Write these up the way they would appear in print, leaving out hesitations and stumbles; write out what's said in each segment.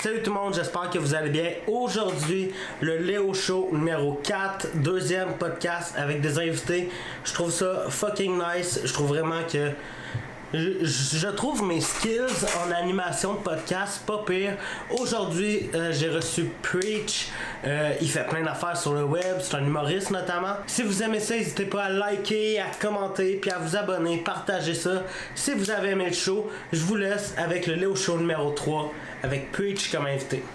Salut tout le monde, j'espère que vous allez bien. Aujourd'hui, le Léo Show numéro 4, deuxième podcast avec des invités. Je trouve ça fucking nice. Je trouve vraiment que je trouve mes skills en animation de podcast pas pire. Aujourd'hui, j'ai reçu Preach. Il fait plein d'affaires sur le web. C'est un humoriste notamment. Si vous aimez ça, n'hésitez pas à liker, à commenter, puis à vous abonner, partager ça. Si vous avez aimé le show, je vous laisse avec le Léo Show numéro 3 avec Preach comme invité.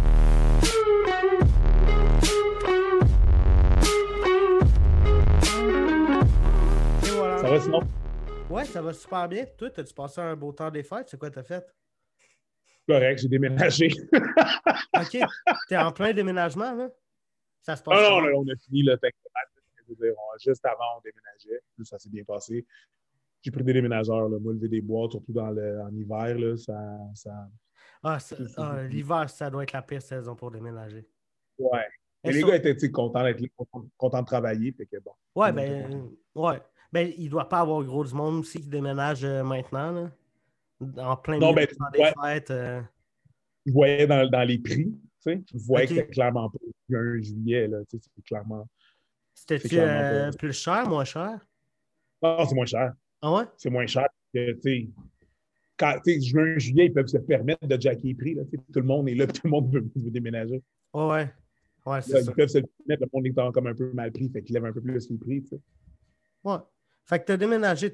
Et voilà. Ça va sinon? Ouais, ça va super bien. Toi, t'as-tu passé un beau temps des fêtes? C'est quoi t'as fait? Correct, j'ai déménagé. OK. T'es en plein déménagement, là? Ça se passe Non, comment? là, on a fini le fait que, je veux dire, juste avant, on déménageait. Puis ça s'est bien passé. J'ai pris des déménageurs, là, moi, lever des boîtes, surtout en hiver, là, L'hiver, ça doit être la pire saison pour déménager. Ouais. Et les gars étaient contents d'être là, contents de travailler, fait que bon. Ouais, ouais. Ben, il doit pas avoir gros du monde aussi qui déménage maintenant, là. En plein milieu des fêtes. Je voyais dans les prix, tu sais, je voyais Okay. que c'était clairement pas juin, juillet, là, tu sais, c'est clairement... C'était-tu plus cher, moins cher? Non, c'est moins cher. Ah ouais? C'est moins cher que, tu sais... Quand, juin, juillet, ils peuvent se permettre de jacker les prix. Là, tout le monde est là, tout le monde veut déménager. Oh ouais. Ouais, c'est là, ça. Ils peuvent se permettre, le monde est comme un peu mal pris, fait qu'ils lèvent un peu plus les prix. T'sais. Ouais. Fait que t'as déménagé,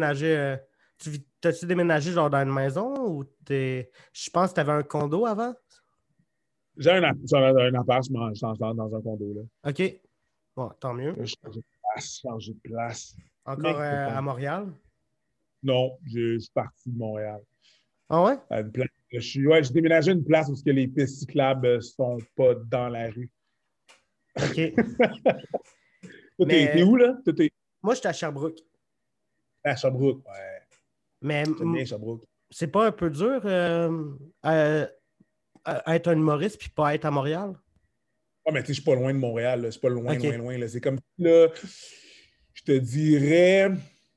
t'as-tu déménagé genre dans une maison ou je pense que t'avais un condo avant? J'ai un appart, je suis dans un condo. Là. OK. Bon, tant mieux. Là, changer de place. Encore à Montréal? Non, je suis parti de Montréal. Ah ouais? J'ai déménagé à une place où les pistes cyclables sont pas dans la rue. OK. T'es où, là? Moi, j'étais à Sherbrooke. À Sherbrooke, ouais. Mais bien Sherbrooke. C'est pas un peu dur à être un humoriste puis pas être à Montréal? Ah, mais tu sais, je suis pas loin de Montréal. Je suis pas loin, okay. loin. Là. C'est comme, là, je te dirais...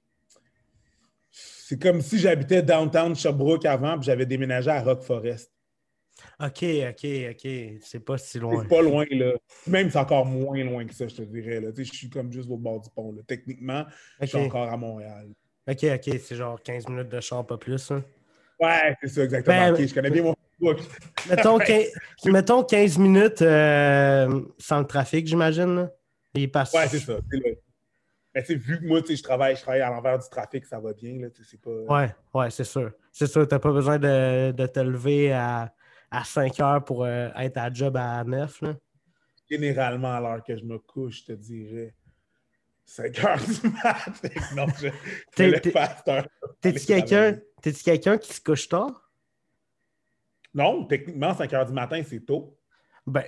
C'est comme si j'habitais downtown Sherbrooke avant puis j'avais déménagé à Rock Forest. OK. C'est pas si loin. C'est pas loin, là. Même c'est encore moins loin que ça, je te dirais. Là. Je suis comme juste au bord du pont. Là. Techniquement, je suis encore à Montréal. OK. C'est genre 15 minutes de char, pas plus. Hein? Ouais, c'est ça, exactement. OK, je connais bien mon Facebook. Mettons 15 minutes sans le trafic, j'imagine. Là. Ouais, c'est ça. Mais vu que moi, je travaille à l'envers du trafic, ça va bien. Là, c'est pas... Ouais, c'est sûr. C'est sûr, t'as pas besoin de te lever à 5 heures pour être à job à 9. Là. Généralement, à l'heure que je me couche, je te dirais 5 heures du matin. Non, je lève pas à cette heure. T'es-tu quelqu'un qui se couche tard? Non, techniquement, 5 heures du matin, c'est tôt. Ben,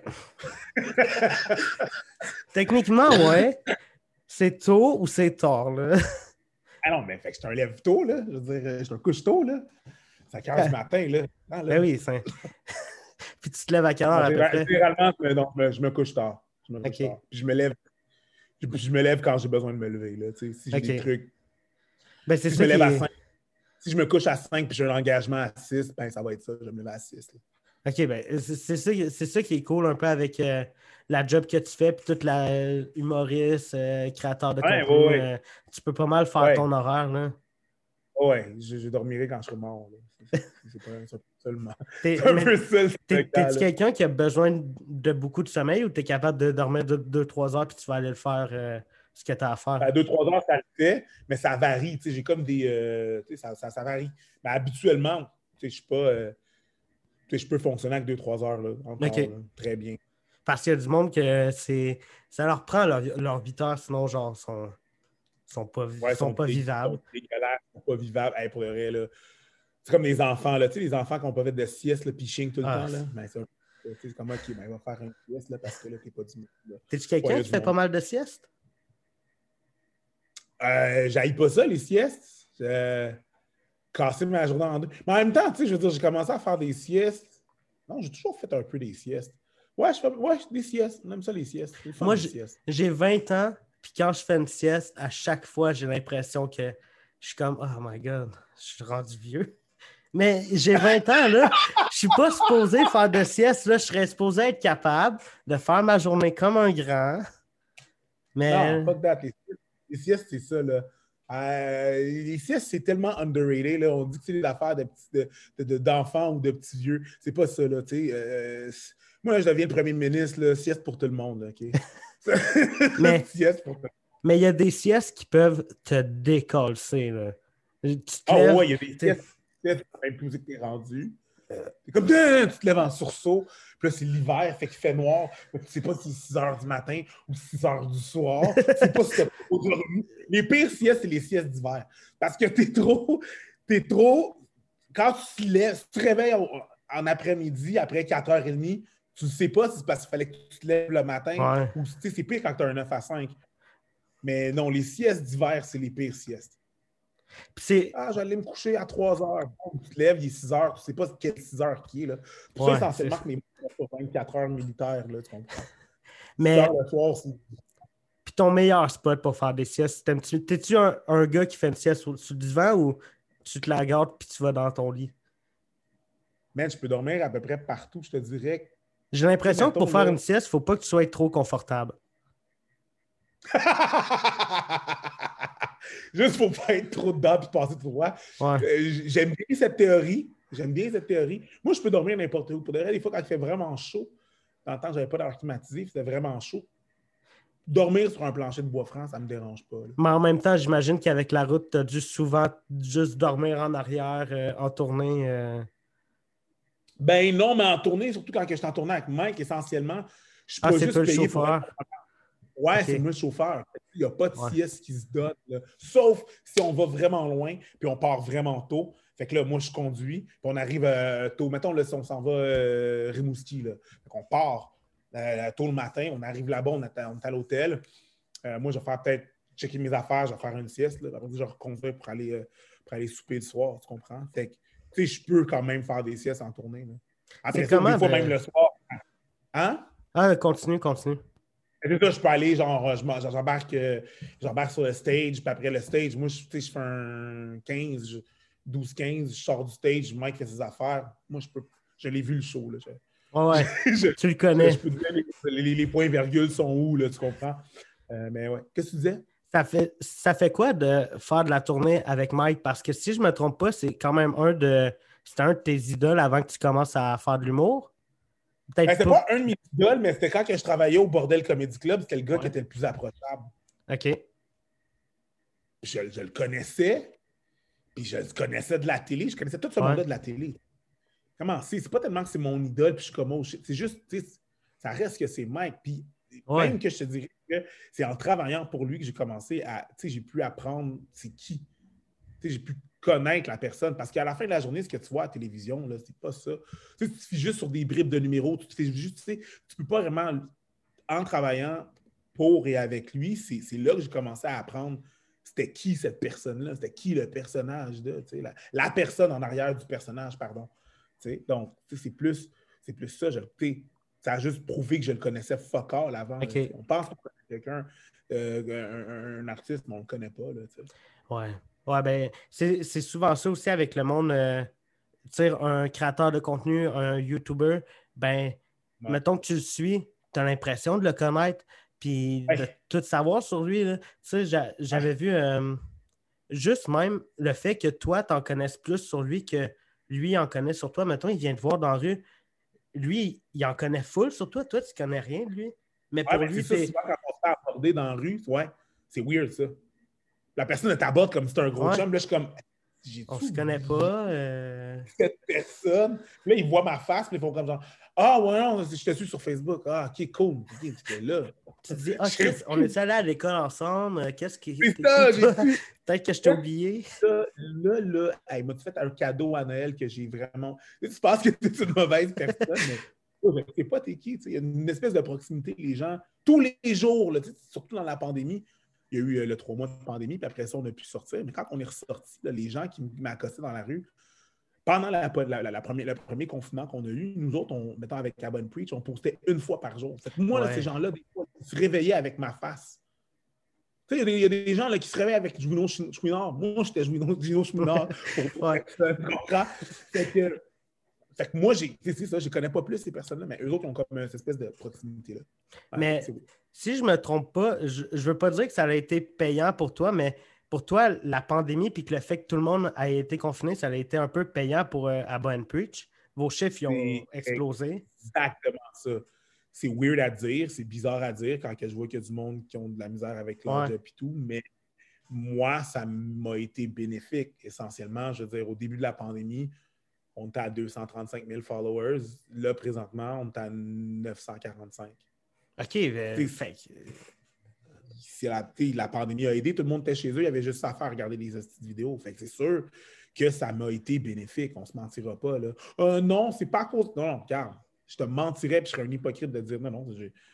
techniquement, ouais. C'est tôt ou c'est tard, là? Ah non, mais fait que c'est un lève tôt, là. Je veux dire, je me couche tôt, là. 5 heures du matin, là. Non, là. Ben oui, c'est... Puis tu te lèves à quelle heure, à peu près? Généralement, je me couche tard. Okay. Tard. Puis je me lève quand j'ai besoin de me lever, là. Tu sais, si j'ai des trucs... Ben, c'est si ça je me lève à 5, si je me couche à 5 puis j'ai un engagement à 6, ben ça va être ça. Je vais me lever à 6, là. OK, ben c'est ça qui est cool un peu avec la job que tu fais, puis toute la humoriste, créateur de contenu. Ouais. Tu peux pas mal faire ton horaire, là. Ouais, je dormirai quand je serai mort. Là. C'est pas seulement. T'es-tu quelqu'un qui a besoin de beaucoup de sommeil ou t'es capable de dormir 2-3 heures puis tu vas aller le faire ce que tu as à faire? À 2-3 heures, ça le fait, mais ça varie. J'ai comme des. Ça varie. Mais habituellement, je suis pas. Je peux fonctionner avec 2-3 heures là, encore, okay. Là, très bien. Parce qu'il y a du monde que ça leur prend leur 8 heures, sinon, genre, sont pas vivables. Sont dégueulasses, sont pas vivables. Hey, pour le vrai, là, c'est comme les enfants, là, les enfants qui n'ont pas fait de sieste, puis ching tout le temps. Là. Ben, c'est comme OK, il va faire une sieste là, parce que là, t'es pas du monde. T'es-tu quelqu'un qui fait pas mal de siestes? J'haïs pas ça, les siestes. Casser ma journée en deux. Mais en même temps, je veux dire, j'ai commencé à faire des siestes. Non, j'ai toujours fait un peu des siestes. Ouais, je fais des siestes. On aime ça, les siestes. Moi, j'ai 20 ans, puis quand je fais une sieste, à chaque fois, j'ai l'impression que je suis comme, oh my God, je suis rendu vieux. Mais j'ai 20 ans, là. Je suis pas supposé faire de sieste, là. Je serais supposé être capable de faire ma journée comme un grand. Non, Mais fuck that. Les siestes, c'est ça, là. Les siestes, c'est tellement underrated. Là. On dit que c'est l'affaire d'enfants ou de petits vieux. C'est pas ça, là. Moi, là, je deviens le premier ministre, là, sieste pour tout le monde, là, OK? mais Sieste pour tout le monde. mais il y a des siestes qui peuvent te décalcer, là. Tu te Ah lèves, ouais, il y a des siestes, même plus que t'es rendu. C'est comme, tu te lèves en sursaut, puis là, c'est l'hiver, fait qu'il fait noir, tu sais pas si c'est 6 heures du matin ou 6 heures du soir, tu sais pas si t'as trop dormi. Les pires siestes, c'est les siestes d'hiver. Parce que t'es trop, quand tu te lèves, si tu te réveilles en après-midi, après 4h30, tu ne sais pas si c'est parce qu'il fallait que tu te lèves le matin ouais. ou c'est pire quand tu as un 9 à 5. Mais non, les siestes d'hiver, c'est les pires siestes. Puis c'est. Ah, j'allais me coucher à 3 heures. Bon, tu te lèves, il est 6 heures. Tu ne sais pas quelle 6 heures qui est. Là. Pour ça, Ouais, essentiellement, que mes sont 24 heures militaires. Là, tu comprends? 6 Mais heures le soir, c'est. puis ton meilleur spot pour faire des siestes, t'es-tu un gars qui fait une sieste sur le divan ou tu te la gardes puis tu vas dans ton lit? Man, je peux dormir à peu près partout, je te dirais. J'ai l'impression que pour faire Là... une sieste, il ne faut pas que tu sois trop confortable. Juste pour pas être trop dedans et passer tout droit. Ouais. J'aime bien cette théorie. Moi, je peux dormir n'importe où. Pour de vrai, des fois, quand il fait vraiment chaud, dans le temps, je n'avais pas d'air climatisé, c'était vraiment chaud. Dormir sur un plancher de bois franc, ça ne me dérange pas. Là. Mais en même temps, j'imagine qu'avec la route, tu as dû souvent juste dormir en arrière, en tournée. Ben non, mais en tournée, surtout quand je suis en tournée avec Mike, essentiellement, je suis Ah, pas c'est toi juste le payé pour être. chauffeur. Ouais, OK. c'est moi le chauffeur. Il n'y a pas de Ouais. sieste qui se donne. Là. Sauf si on va vraiment loin, puis on part vraiment tôt. Fait que là, moi, je conduis, puis on arrive tôt. Mettons, là, si on s'en va Rimouski, là. Fait qu'on part tôt le matin, on arrive là-bas, on est à l'hôtel. Moi, je vais faire peut-être checker mes affaires, je vais faire une sieste. Là. Après, je vais reconduire pour aller souper le soir, tu comprends? Fait que, tu sais, je peux quand même faire des siestes en tournée. Là. Après C'est ça, comment des fois, même le soir. Hein? Ah, continue. C'est ça, je peux aller, genre, j'embarque sur le stage, puis après le stage, moi, je fais un 12-15, je sors du stage, Mike fait ses affaires. Moi, je l'ai vu le show. Là. Ouais. Tu le Je connais. peux te dire les points virgules sont où, là, tu comprends? Mais ouais. Qu'est-ce que tu disais? Ça fait quoi de faire de la tournée avec Mike? Parce que si je ne me trompe pas, c'était un de tes idoles avant que tu commences à faire de l'humour. Peut-être C'était pas. pas un de mes idoles, mais c'était quand que je travaillais au Bordel Comedy Club, c'était le gars qui Ouais. était le plus approchable. OK. Je le connaissais, puis je le connaissais de la télé, je connaissais tout ce monde-là de la télé. Comment c'est pas tellement que c'est mon idole, puis je suis comme, oh shit. C'est juste, ça reste que c'est Mike. Puis même que je te dirais que c'est en travaillant pour lui que j'ai commencé j'ai pu apprendre c'est qui. J'ai pu connaître la personne. Parce qu'à la fin de la journée, ce que tu vois à la télévision, là, c'est pas ça. Tu te fies juste sur des bribes de numéros. Tu peux pas vraiment, en travaillant pour et avec lui, c'est là que j'ai commencé à apprendre c'était qui cette personne-là, c'était qui le personnage de, la personne en arrière du personnage, pardon. Donc, c'est plus ça. Ça a juste prouvé que je le connaissais fuck all avant. Okay. On pense qu'on connaît quelqu'un, un artiste, mais on ne le connaît pas. Là, ouais, ben, c'est souvent ça aussi avec le monde. Un créateur de contenu, un YouTuber, ben, mettons que tu le suis, tu as l'impression de le connaître puis de tout savoir sur lui. J'avais vu juste même le fait que toi, tu en connaisses plus sur lui que lui en connaît sur toi. Mettons, il vient te voir dans la rue. Lui, il en connaît full sur toi. Toi, tu connais rien de lui. Mais pour lui, c'est souvent quand on se fait aborder dans la rue, c'est weird, ça. La personne t'aborde comme si c'était un gros chum. Là, je suis comme... On se connaît pas. Cette personne. Là, ils voient ma face, puis ils font comme genre ah, ouais, non, je te suis sur Facebook. Ah, ok, cool. Okay, tu là. Tu te dis, ah, on est allés à l'école ensemble. Qu'est-ce qui. C'est ça, peut-être que je t'ai oublié. Là, hey, m'as-tu fait un cadeau à Noël que j'ai vraiment. Tu penses que tu es une mauvaise personne, mais je sais pas t'es qui. Il y a une espèce de proximité. Les gens, tous les jours, là, surtout dans la pandémie, il y a eu le 3 mois de pandémie, puis après ça, on a pu sortir. Mais quand on est ressorti, là, les gens qui m'accostaient dans la rue, pendant le premier confinement qu'on a eu, nous autres, mettons avec Cabin Preach, on postait une fois par jour. Fait que moi, là, ces gens-là, des fois, ils se réveillaient avec ma face. Tu sais, il y a des gens là, qui se réveillent avec Gino Chouinard. Moi, j'étais Gino Chouinard pour Ouais. personne, tu comprends? Fait que moi, c'est ça, je connais pas plus ces personnes-là, mais eux autres ont comme une espèce de proximité-là. Ouais, Mais si je me trompe pas, je veux pas dire que ça a été payant pour toi, mais pour toi, la pandémie puis que le fait que tout le monde a été confiné, ça a été un peu payant pour Abba and Preach. Vos chiffres, ils ont explosé. Exactement ça. C'est weird à dire, c'est bizarre à dire quand je vois qu'il y a du monde qui ont de la misère avec leur job et tout, mais moi, ça m'a été bénéfique essentiellement. Je veux dire, au début de la pandémie, on était à 235 000 followers. Là, présentement, on est à 945. OK, fake. La pandémie a aidé, tout le monde était chez eux, il y avait juste ça à faire, regarder des vidéos. Fait que c'est sûr que ça m'a été bénéfique, on ne se mentira pas. Là. Non, c'est pas à cause. Non, regarde, je te mentirais et je serais un hypocrite de dire non,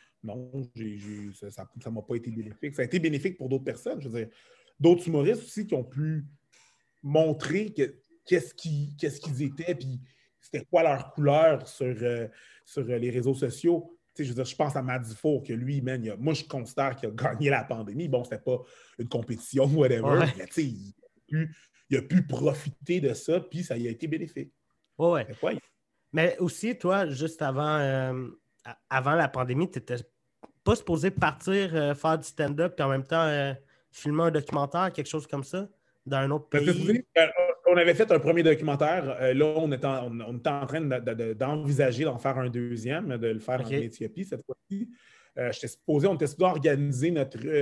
ça ne m'a pas été bénéfique. Ça a été bénéfique pour d'autres personnes. Je veux dire, d'autres humoristes aussi qui ont pu montrer qu'est-ce qu'ils étaient, puis c'était quoi leur couleur sur les réseaux sociaux. Je veux dire, je pense à Matt Dufour, que lui, man, moi, je considère qu'il a gagné la pandémie. Bon, c'était pas une compétition, whatever, mais il a pu profiter de ça, puis ça y a été bénéfique. Ouais. Mais aussi, toi, juste avant la pandémie, tu n'étais pas supposé partir faire du stand-up, puis en même temps filmer un documentaire, quelque chose comme ça, dans un autre pays. On avait fait un premier documentaire. Là, on était en train d'envisager d'en faire un deuxième, de le faire en Éthiopie cette fois-ci. On était supposé organiser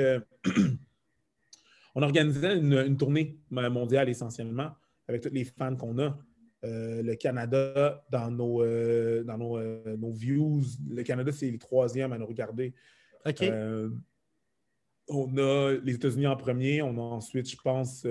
on organisait une tournée mondiale essentiellement avec tous les fans qu'on a. Le Canada, dans nos views, le Canada, c'est le 3e à nous regarder. OK. On a les États-Unis en premier. On a ensuite, je pense,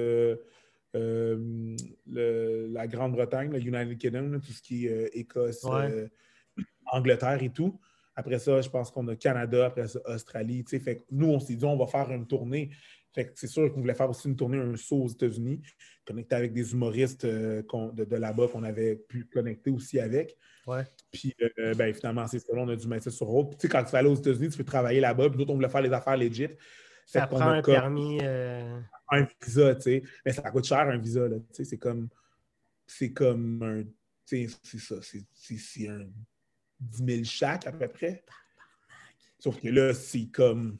la Grande-Bretagne, le United Kingdom, tout ce qui est Écosse, Angleterre et tout. Après ça, je pense qu'on a Canada, après ça, Australie. Fait que nous, on s'est dit, on va faire une tournée. Fait que c'est sûr qu'on voulait faire aussi une tournée, un saut aux États-Unis, connecté avec des humoristes de là-bas qu'on avait pu connecter aussi avec. Ouais. Puis, finalement, c'est ça. On a dû mettre ça sur hold. Puis, quand tu vas aller aux États-Unis, tu peux travailler là-bas. Puis, d'autres, on voulait faire les affaires legit. Ça prend un permis. Un visa, tu sais. Mais ça coûte cher, un visa, là. Tu sais, c'est comme un. Tu sais, c'est ça. C'est un 10 000 chaque, à peu près. Sauf que là, c'est comme.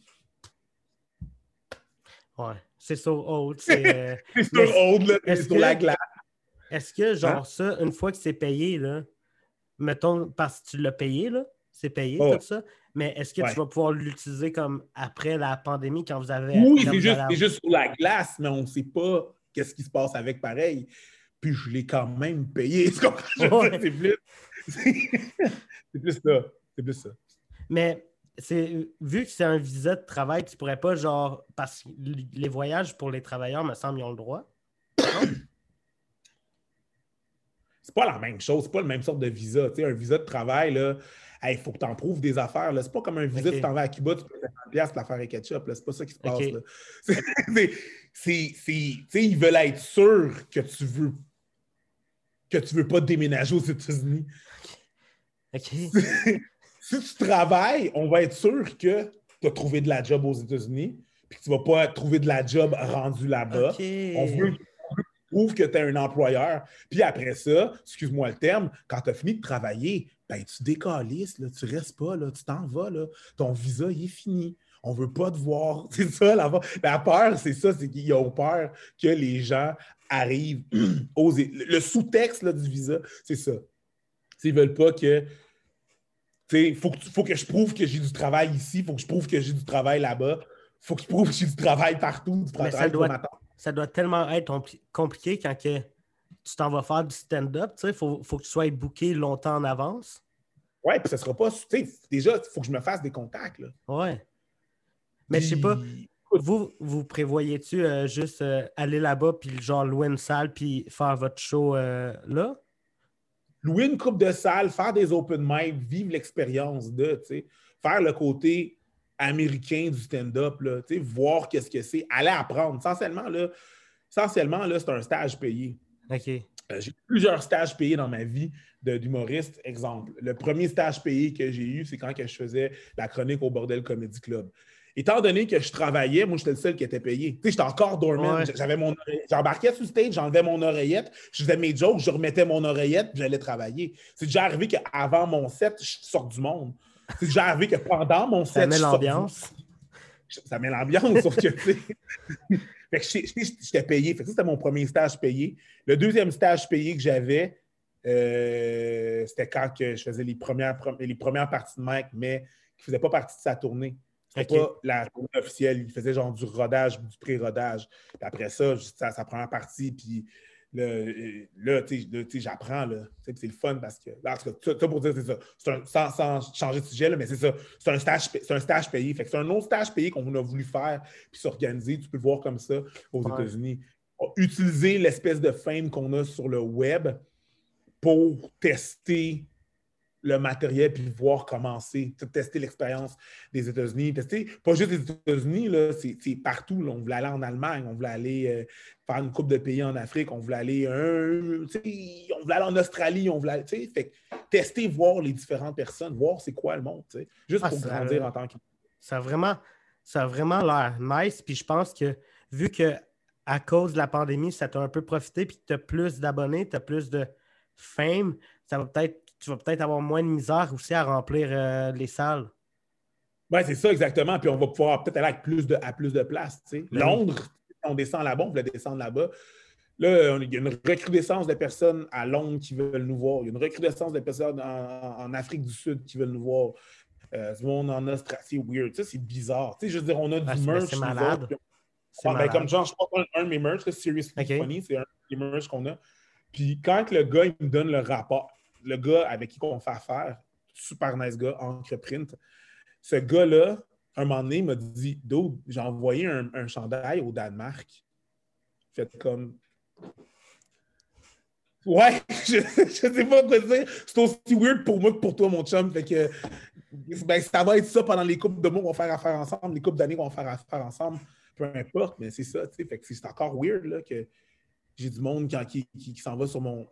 Ouais, c'est sur hold. C'est sur hold, là. C'est sur la glace. Est-ce que, genre, ça, une fois que c'est payé, là, mettons, parce que tu l'as payé, là, c'est payé, tout ça, mais est-ce que tu vas pouvoir l'utiliser comme après la pandémie, quand vous avez... Oui, c'est juste sur la glace, mais on ne sait pas qu'est-ce qui se passe avec pareil. Puis je l'ai quand même payé. C'est plus ça. C'est plus ça. Mais vu que c'est un visa de travail, tu pourrais pas, genre, parce que les voyages pour les travailleurs, me semble, ils ont le droit. C'est pas la même chose, c'est pas le même sorte de visa. Tu sais, un visa de travail, là, il faut que tu en prouves des affaires. Là. C'est pas comme un visa, tu t'en vas à Cuba, tu peux faire 50$ l'affaire et ketchup. Là. C'est pas ça qui se passe. Là. Ils veulent être sûrs que tu veux pas déménager aux États-Unis. OK. Si tu travailles, on va être sûr que tu as trouvé de la job aux États-Unis puis que tu vas pas trouver de la job rendue là-bas. Okay. On veut prouve que tu es un employeur. Puis après ça, excuse-moi le terme, quand tu as fini de travailler, ben, tu décalisses, là, tu restes pas, là, tu t'en vas. Là, ton visa, il est fini. On veut pas te voir. C'est ça, la peur, c'est ça, c'est qu'ils ont peur que les gens arrivent le sous-texte là, du visa, c'est ça. Ils veulent pas que... Il faut que je prouve que j'ai du travail ici, il faut que je prouve que j'ai du travail là-bas, il faut que je prouve que j'ai du travail partout, du travail ça doit tellement être compliqué quand tu t'en vas faire du stand-up. Il faut que tu sois booké longtemps en avance. Oui, puis ça ne sera pas... Déjà, il faut que je me fasse des contacts. Oui. Mais je sais pas, vous prévoyez-tu juste aller là-bas puis genre louer une salle puis faire votre show là? Louer une coupe de salle, faire des open mic, vivre l'expérience de, faire le côté américain du stand-up, là, voir qu'est-ce que c'est, aller apprendre. Essentiellement, là, c'est un stage payé. OK. J'ai plusieurs stages payés dans ma vie d'humoriste. Exemple, le premier stage payé que j'ai eu, c'est quand je faisais la chronique au Bordel Comedy Club. étant donné que je travaillais, moi, j'étais le seul qui était payé. Tu sais, j'étais encore dormant. Ouais. J'embarquais sur le stage, j'enlevais mon oreillette, je faisais mes jokes, je remettais mon oreillette, puis j'allais travailler. C'est déjà arrivé qu'avant mon set, je sorte du monde. C'est déjà arrivé que pendant mon Ça set, met je sorte du monde. l'ambiance. Ça met l'ambiance, sauf que, tu sais. Fait que j'étais payé. Fait que ça, c'était mon premier stage payé. Le deuxième stage payé que j'avais, c'était quand que je faisais les premières parties de Mike, mais qui ne faisaient pas partie de sa tournée. C'était pas la tournée officielle. Il faisait genre du rodage, du pré-rodage. Puis après ça, sa première partie, puis là, tu sais, j'apprends, là. C'est le fun parce que, là, en tout cas, ça pour dire, c'est ça. Sans changer de sujet, là, mais c'est ça. C'est un stage payé. Fait que c'est un autre stage payé qu'on a voulu faire puis s'organiser. Tu peux le voir comme ça aux États-Unis. Utiliser l'espèce de fame qu'on a sur le web pour tester le matériel puis voir comment c'est, tester l'expérience des États-Unis. Tester, pas juste les États-Unis, là, c'est partout. Là. On voulait aller en Allemagne, on voulait aller faire une coupe de pays en Afrique, on voulait aller en Australie, on voulait aller, fait tester, voir les différentes personnes, voir c'est quoi le monde, juste pour grandir en tant que... Ça a vraiment l'air nice, puis je pense que vu que à cause de la pandémie, ça t'a un peu profité, puis que tu as plus d'abonnés, tu as plus de fame, tu vas peut-être avoir moins de misère aussi à remplir les salles. Oui, c'est ça, exactement. Puis on va pouvoir peut-être aller avec plus de place. Londres, on descend là-bas, on voulait descendre là-bas. Là, il y a une recrudescence de personnes à Londres qui veulent nous voir. Il y a une recrudescence de personnes en Afrique du Sud qui veulent nous voir. Du monde en Australie, c'est weird. C'est bizarre. Je veux dire, on a du merch. C'est malade. Comme genre, je pense un de mes merch, Seriously Funny, c'est un des merch qu'on a. Puis quand le gars il me donne le rapport, le gars avec qui on fait affaire, super nice gars, Encre Print, ce gars-là, un moment donné, il m'a dit, Dude, j'ai envoyé un chandail au Danemark. Fait comme... Ouais, je sais pas quoi dire. C'est aussi weird pour moi que pour toi, mon chum. Fait que ça va être ça pendant les couples de mois qu'on va faire affaire ensemble, les couples d'années qu'on va faire affaire ensemble, peu importe, mais c'est ça, tu sais. Fait que c'est encore weird là, que j'ai du monde qui s'en va sur mon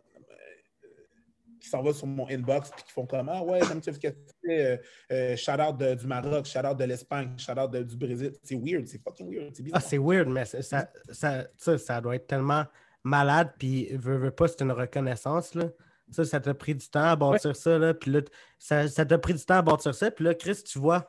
inbox et qui font comme ah ouais, j'aime ce que tu fais, shout-out du Maroc, shout-out de l'Espagne, shout-out du Brésil. C'est weird, c'est fucking weird, c'est bizarre. Ah, c'est weird, mais ça doit être tellement malade, puis veux pas, c'est une reconnaissance, là. Ça t'a pris du temps à bâtir ça, là, puis là, ça t'a pris du temps à bâtir ça, puis là, Chris, tu vois,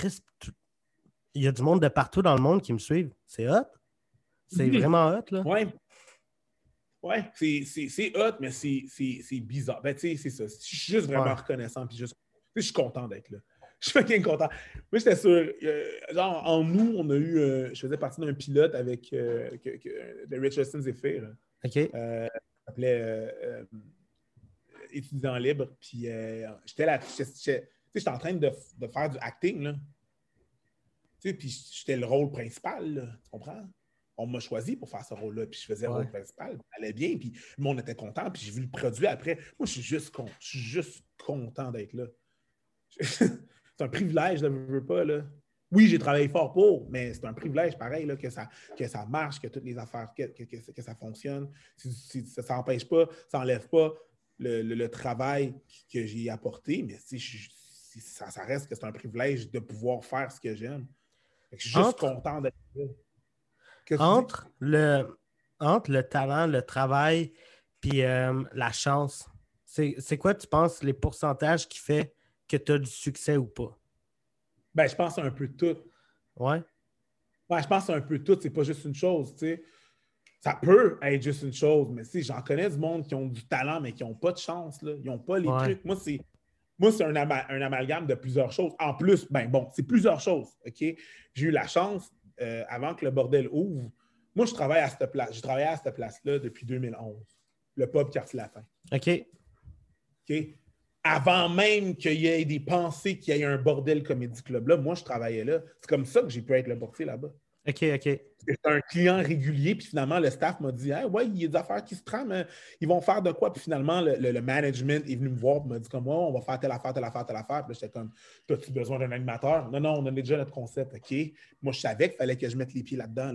il y a du monde de partout dans le monde qui me suivent. C'est hot. C'est vraiment hot, là. Ouais, c'est hot, mais c'est bizarre. Ben, tu sais, c'est ça. Je suis juste vraiment reconnaissant, puis je suis content d'être là. Je suis fucking content. Moi, j'étais sûr, genre, en nous, on a eu, je faisais partie d'un pilote avec de Richardson Zephyr. OK. Ça s'appelait Étudiant libre, puis j'étais là, j'étais en train de faire du acting, là. Tu sais, puis j'étais le rôle principal, là, tu comprends? On m'a choisi pour faire ce rôle-là, puis je faisais le rôle principal, ça allait bien, puis le monde était content, puis j'ai vu le produit après. Moi, je suis juste content d'être là. C'est un privilège, je ne veux pas, là. Oui, j'ai travaillé fort pour, mais c'est un privilège pareil, là, que ça marche, que toutes les affaires, que ça fonctionne. Ça n'empêche pas, ça n'enlève pas le travail que j'ai apporté, mais ça reste que c'est un privilège de pouvoir faire ce que j'aime. Je suis juste content d'être là. Entre le talent, le travail, puis la chance, c'est quoi, tu penses, les pourcentages qui fait que tu as du succès ou pas? Ben, je pense un peu tout. Ouais? Ouais, je pense un peu tout. C'est pas juste une chose, tu sais. Ça peut être juste une chose, mais j'en connais du monde qui ont du talent, mais qui n'ont pas de chance, là. Ils n'ont pas les trucs. Moi, c'est un amalgame de plusieurs choses. En plus, ben bon, c'est plusieurs choses, OK? J'ai eu la chance, avant que le bordel ouvre, moi, je travaille à cette place. J'ai travaillé à cette place-là depuis 2011. Le pub Quartier Latin. OK. Avant même qu'il y ait des pensées qu'il y ait un bordel comédie club-là, moi, je travaillais là. C'est comme ça que j'ai pu être le portier là-bas. OK. C'était un client régulier, puis finalement, le staff m'a dit hey, ouais, il y a des affaires qui se trament, ils vont faire de quoi? Puis finalement, le management est venu me voir et m'a dit comme on va faire telle affaire. Puis là, j'étais comme as-tu besoin d'un animateur? Non, on a déjà notre concept, OK. Moi, je savais qu'il fallait que je mette les pieds là-dedans.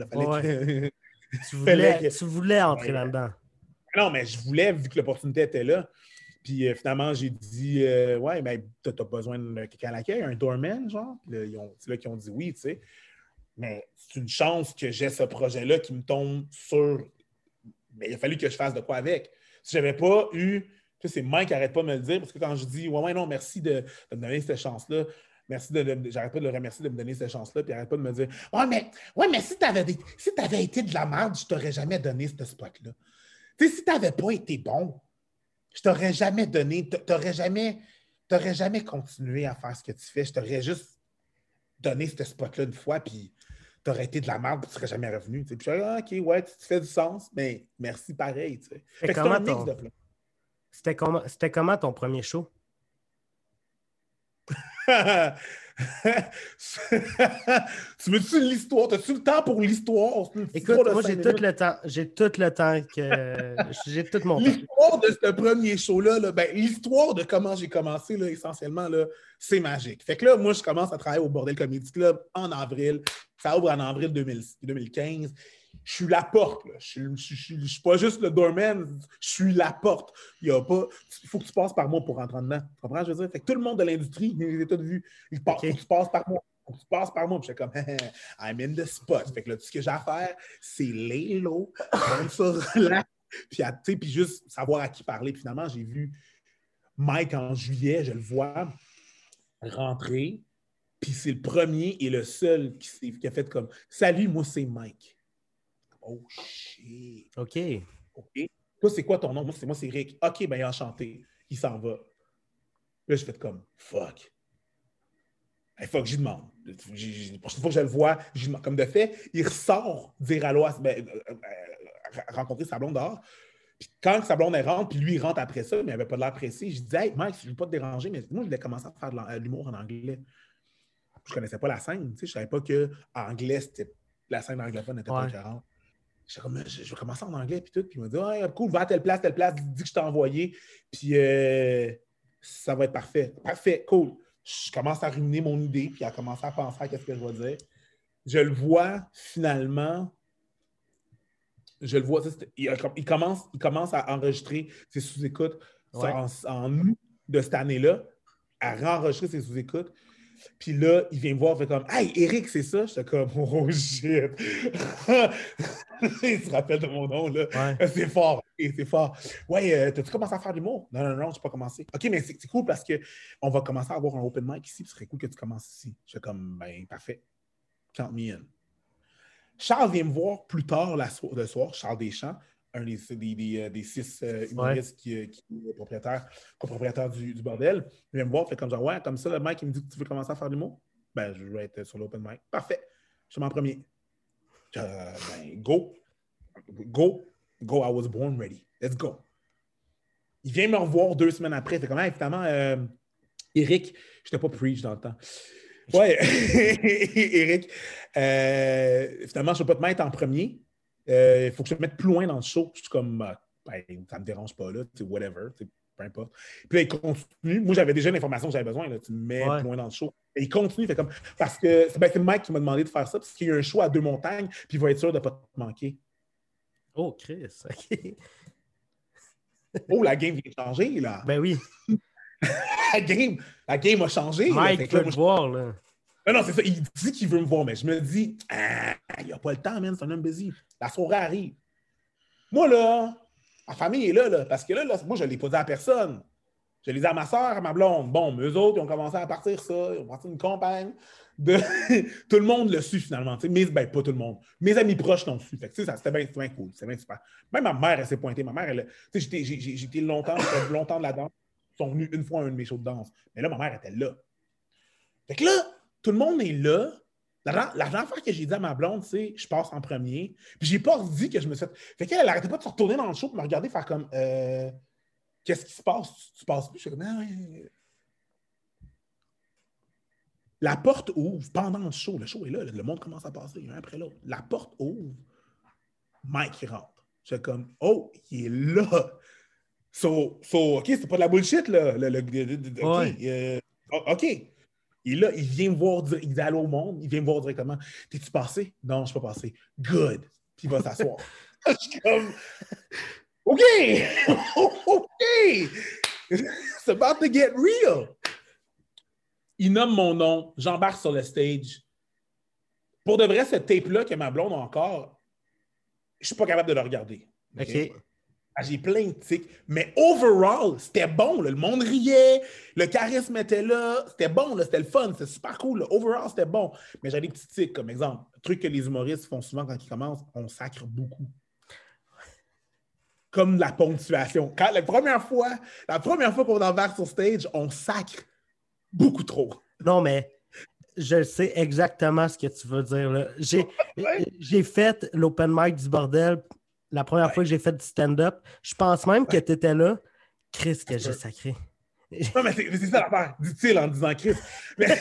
Tu voulais entrer là-dedans. Non, mais je voulais, vu que l'opportunité était là. Puis finalement, j'ai dit ouais, ben, t'as besoin de quelqu'un à l'accueil, un doorman, genre. Puis là, c'est là qu'ils ont dit oui, tu sais. Mais c'est une chance que j'ai ce projet-là qui me tombe sur. Mais il a fallu que je fasse de quoi avec. Si j'avais pas eu. Tu sais, c'est Mike qui n'arrête pas de me le dire, parce que quand je dis ouais, non, merci de me donner cette chance-là, merci j'arrête pas de le remercier de me donner cette chance-là, puis il n'arrête pas de me dire ouais, mais si t'avais été de la merde, je t'aurais jamais donné ce spot-là. Tu sais, si t'avais pas été bon, je t'aurais jamais donné, t'aurais jamais continué à faire ce que tu fais. Je t'aurais juste donné ce spot-là une fois, puis t'aurais été de la merde, puis tu serais jamais revenu. Puis je dis, OK, ouais, tu fais du sens, mais merci pareil. Tu sais. Fait que c'est un mix de plein. C'était comment ton premier show? Tu veux-tu l'histoire? T'as-tu le temps pour l'histoire? Écoute, moi, j'ai tout le temps. J'ai tout le temps que... J'ai tout mon temps. L'histoire de ce premier show-là, ben, l'histoire de comment j'ai commencé, là, essentiellement, là, c'est magique. Fait que là, moi, je commence à travailler au Bordel Comedy Club en avril. Ça ouvre en avril 2015. Je suis la porte. Là. Je suis pas juste le doorman, je suis la porte. Il faut que tu passes par moi pour rentrer dedans. Tu comprends ce que je veux dire? Fait que tout le monde de l'industrie, je les ai tous vus. Il faut que tu passes par moi. Faut que tu passes par moi. Puis j'étais comme, I'm in the spot. Fait que là, tout ce que j'ai à faire, c'est lay low, prendre ça relax, puis juste savoir à qui parler. Puis finalement, j'ai vu Mike en juillet, je le vois rentrer. Puis c'est le premier et le seul qui a fait comme, salut, moi, c'est Mike. Oh shit. OK. Toi, c'est quoi ton nom? Moi, c'est Rick. OK, ben enchanté. Il s'en va. Là, je fais comme fuck. Hey, fuck, j'y demande. La prochaine fois que je le vois, j'y demande. Comme de fait, il ressort dire allô à rencontrer sa blonde dehors. Puis quand sa blonde rentre, puis lui, il rentre après ça, mais il n'avait pas de l'air pressé. Je dis, hey, Mike, je ne veux pas te déranger, mais moi, je voulais commencer à faire de l'humour en anglais. Je ne connaissais pas la scène. Je ne savais pas que anglais, la scène anglophone n'était pas 40. Je vais commencer en anglais, puis tout. Puis il m'a dit, ah, cool, va à telle place, dis que je t'ai envoyé, puis ça va être parfait. Parfait, cool. Je commence à ruminer mon idée, puis à commencer à penser à ce que je vais dire. Je le vois finalement. Il commence à enregistrer ses sous-écoutes en août de cette année-là, à réenregistrer ses sous-écoutes. Puis là, il vient me voir, il fait comme « Hey, Eric, c'est ça? » J'étais comme « Oh shit! » Il se rappelle de mon nom, là. Ouais. C'est fort, c'est fort. « Ouais, t'as-tu commencé à faire du l'humour? » Non, je n'ai pas commencé. « OK, mais c'est cool parce qu'on va commencer à avoir un open mic ici, puis ce serait cool que tu commences ici. » J'étais comme « Ben, parfait. Count me in. » Charles vient me voir plus tard le soir, Charles Deschamps, un des 6 humoristes qui est copropriétaire du bordel. Il vient me voir, fait comme genre, ouais, comme ça, le mec, il me dit que tu veux commencer à faire du mot. Ben, je vais être sur l'open mic. Parfait. Je suis en premier. Ben, go. I was born ready. Let's go. Il vient me revoir 2 semaines après. Fait comme, évidemment, Eric, je n'étais pas preach dans le temps. Ouais, Eric, finalement, je ne vais pas te mettre en premier. Il faut que je te mette plus loin dans le show. Je suis comme, ben, ça ne me dérange pas, là, whatever, peu importe. Puis là, il continue. Moi, j'avais déjà l'information que j'avais besoin. Là, tu me mets plus loin dans le show. Et il continue. Fait comme, parce que c'est Mike qui m'a demandé de faire ça, parce qu'il y a un show à 2 montagnes, puis il va être sûr de ne pas te manquer. Oh, Chris, OK. Oh, la game vient de changer, là. Ben oui. la game a changé. Mike veut te voir, là. Non, c'est ça. Il dit qu'il veut me voir, mais je me dis, il n'y a pas le temps, man. C'est un homme busy. La soirée arrive. Moi, là, ma famille est là, parce que là, moi, je ne l'ai pas dit à personne. Je l'ai dit à ma soeur, à ma blonde. Bon, eux autres, ils ont commencé à partir ça. Ils ont parti une campagne. Tout le monde l'a su, finalement. Pas tout le monde. Mes amis proches l'ont su. Fait que, c'était bien cool. C'était bien super. Même ma mère, elle s'est pointée. Ma mère, j'étais longtemps de la danse. Ils sont venus une fois à un de mes shows de danse. Mais là, ma mère était là. Fait que là, tout le monde est là. La dernière fois que j'ai dit à ma blonde, c'est je passe en premier. Puis j'ai pas dit que je me suis fait. Fait qu'elle n'arrêtait pas de se retourner dans le show pour me regarder faire comme qu'est-ce qui se passe? Tu passes plus? Je suis comme La porte ouvre pendant le show. Le show est là. Le monde commence à passer un après l'autre. La porte ouvre. Mike rentre. Je suis comme oh, il est là. OK, c'est pas de la bullshit, là. OK. Et là, il vient me voir dire, il dit allô au monde, il vient me voir directement. T'es-tu passé? Non, je ne suis pas passé. Good. Puis il va s'asseoir. Je suis comme OK! OK! It's about to get real. Il nomme mon nom, j'embarque sur le stage. Pour de vrai, ce tape-là que ma blonde a encore, je suis pas capable de le regarder. OK. J'ai plein de tics. Mais overall, c'était bon. Là. Le monde riait, le charisme était là. C'était bon, là. C'était le fun. C'était super cool. Là. Overall, c'était bon. Mais j'ai des petits tics, comme exemple. Un truc que les humoristes font souvent quand ils commencent, on sacre beaucoup. Comme la ponctuation. La première fois qu'on embarque sur stage, on sacre beaucoup trop. Non, mais je sais exactement ce que tu veux dire. Là. J'ai fait l'open mic du bordel la première fois que j'ai fait du stand-up. Je pense même que tu étais là. Chris, que j'ai sacré. Non, mais c'est ça l'affaire, dit-il en disant Chris. Mais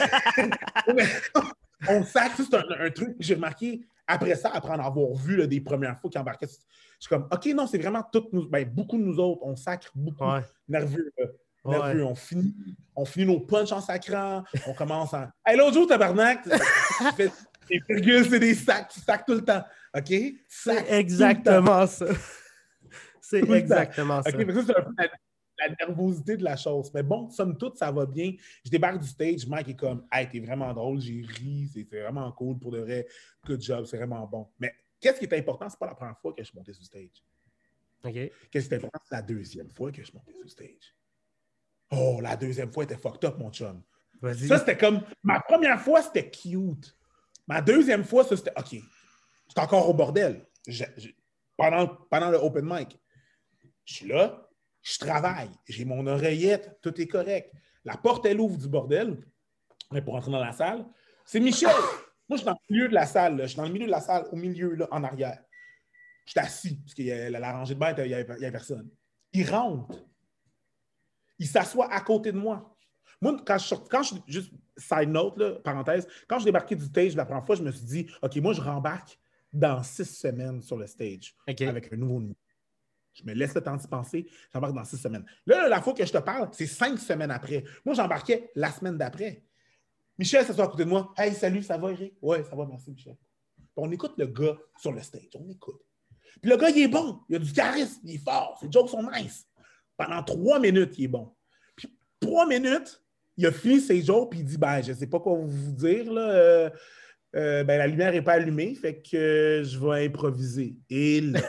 on sacre, c'est un truc que j'ai remarqué après ça, après en avoir vu là, des premières fois qui embarquaient. Je suis comme, OK, non, c'est vraiment toutes nous, beaucoup de nous autres, on sacre beaucoup, nerveux. Nerveux. On finit nos punchs en sacrant, on commence en. Hey, l'autre jour, tabarnak, tu fais des virgules, c'est des sacs, tu sacs tout le temps. OK? C'est exactement ça. C'est exactement ça. OK, mais ça, c'est un peu la nervosité de la chose. Mais bon, somme toute, ça va bien. Je débarque du stage, Mike est comme, hey, t'es vraiment drôle, j'ai ri, c'est vraiment cool pour de vrai. Good job, c'est vraiment bon. Mais qu'est-ce qui est important? C'est pas la première fois que je suis monté sur stage. OK. Qu'est-ce qui est important? C'est la deuxième fois que je suis monté sur stage. Oh, la deuxième fois était fucked up, mon chum. Vas-y. Ça, c'était comme. Ma première fois, c'était cute. Ma deuxième fois, ça, c'était OK. J'étais encore au bordel. Pendant le open mic. Je suis là, je travaille. J'ai mon oreillette, tout est correct. La porte, elle ouvre du bordel. Mais pour entrer dans la salle, c'est Michel. Moi, je suis dans le milieu de la salle. Là. Je suis dans le milieu de la salle, au milieu, là, en arrière. Je suis assis, parce que la rangée de bain, il n'y avait personne. Il rentre. Il s'assoit à côté de moi. Moi, quand je juste side note, là, parenthèse, quand je débarquais du stage la première fois, je me suis dit, OK, moi, je rembarque dans 6 semaines sur le stage avec un nouveau numéro. Je me laisse le temps d'y penser, j'embarque dans 6 semaines. Là, la fois que je te parle, c'est 5 semaines après. Moi, j'embarquais la semaine d'après. Michel s'assoit à côté de moi. Hey, salut, ça va, Eric? Ouais, ça va, merci, Michel. Puis on écoute le gars sur le stage. On écoute. Puis le gars, il est bon. Il a du charisme. Il est fort. Ses jokes sont nice. Pendant 3 minutes, il est bon. Puis 3 minutes, il a fini ses jokes, puis il dit, ben, je ne sais pas quoi vous dire, là. Ben, la lumière n'est pas allumée, fait que je vais improviser. Et là...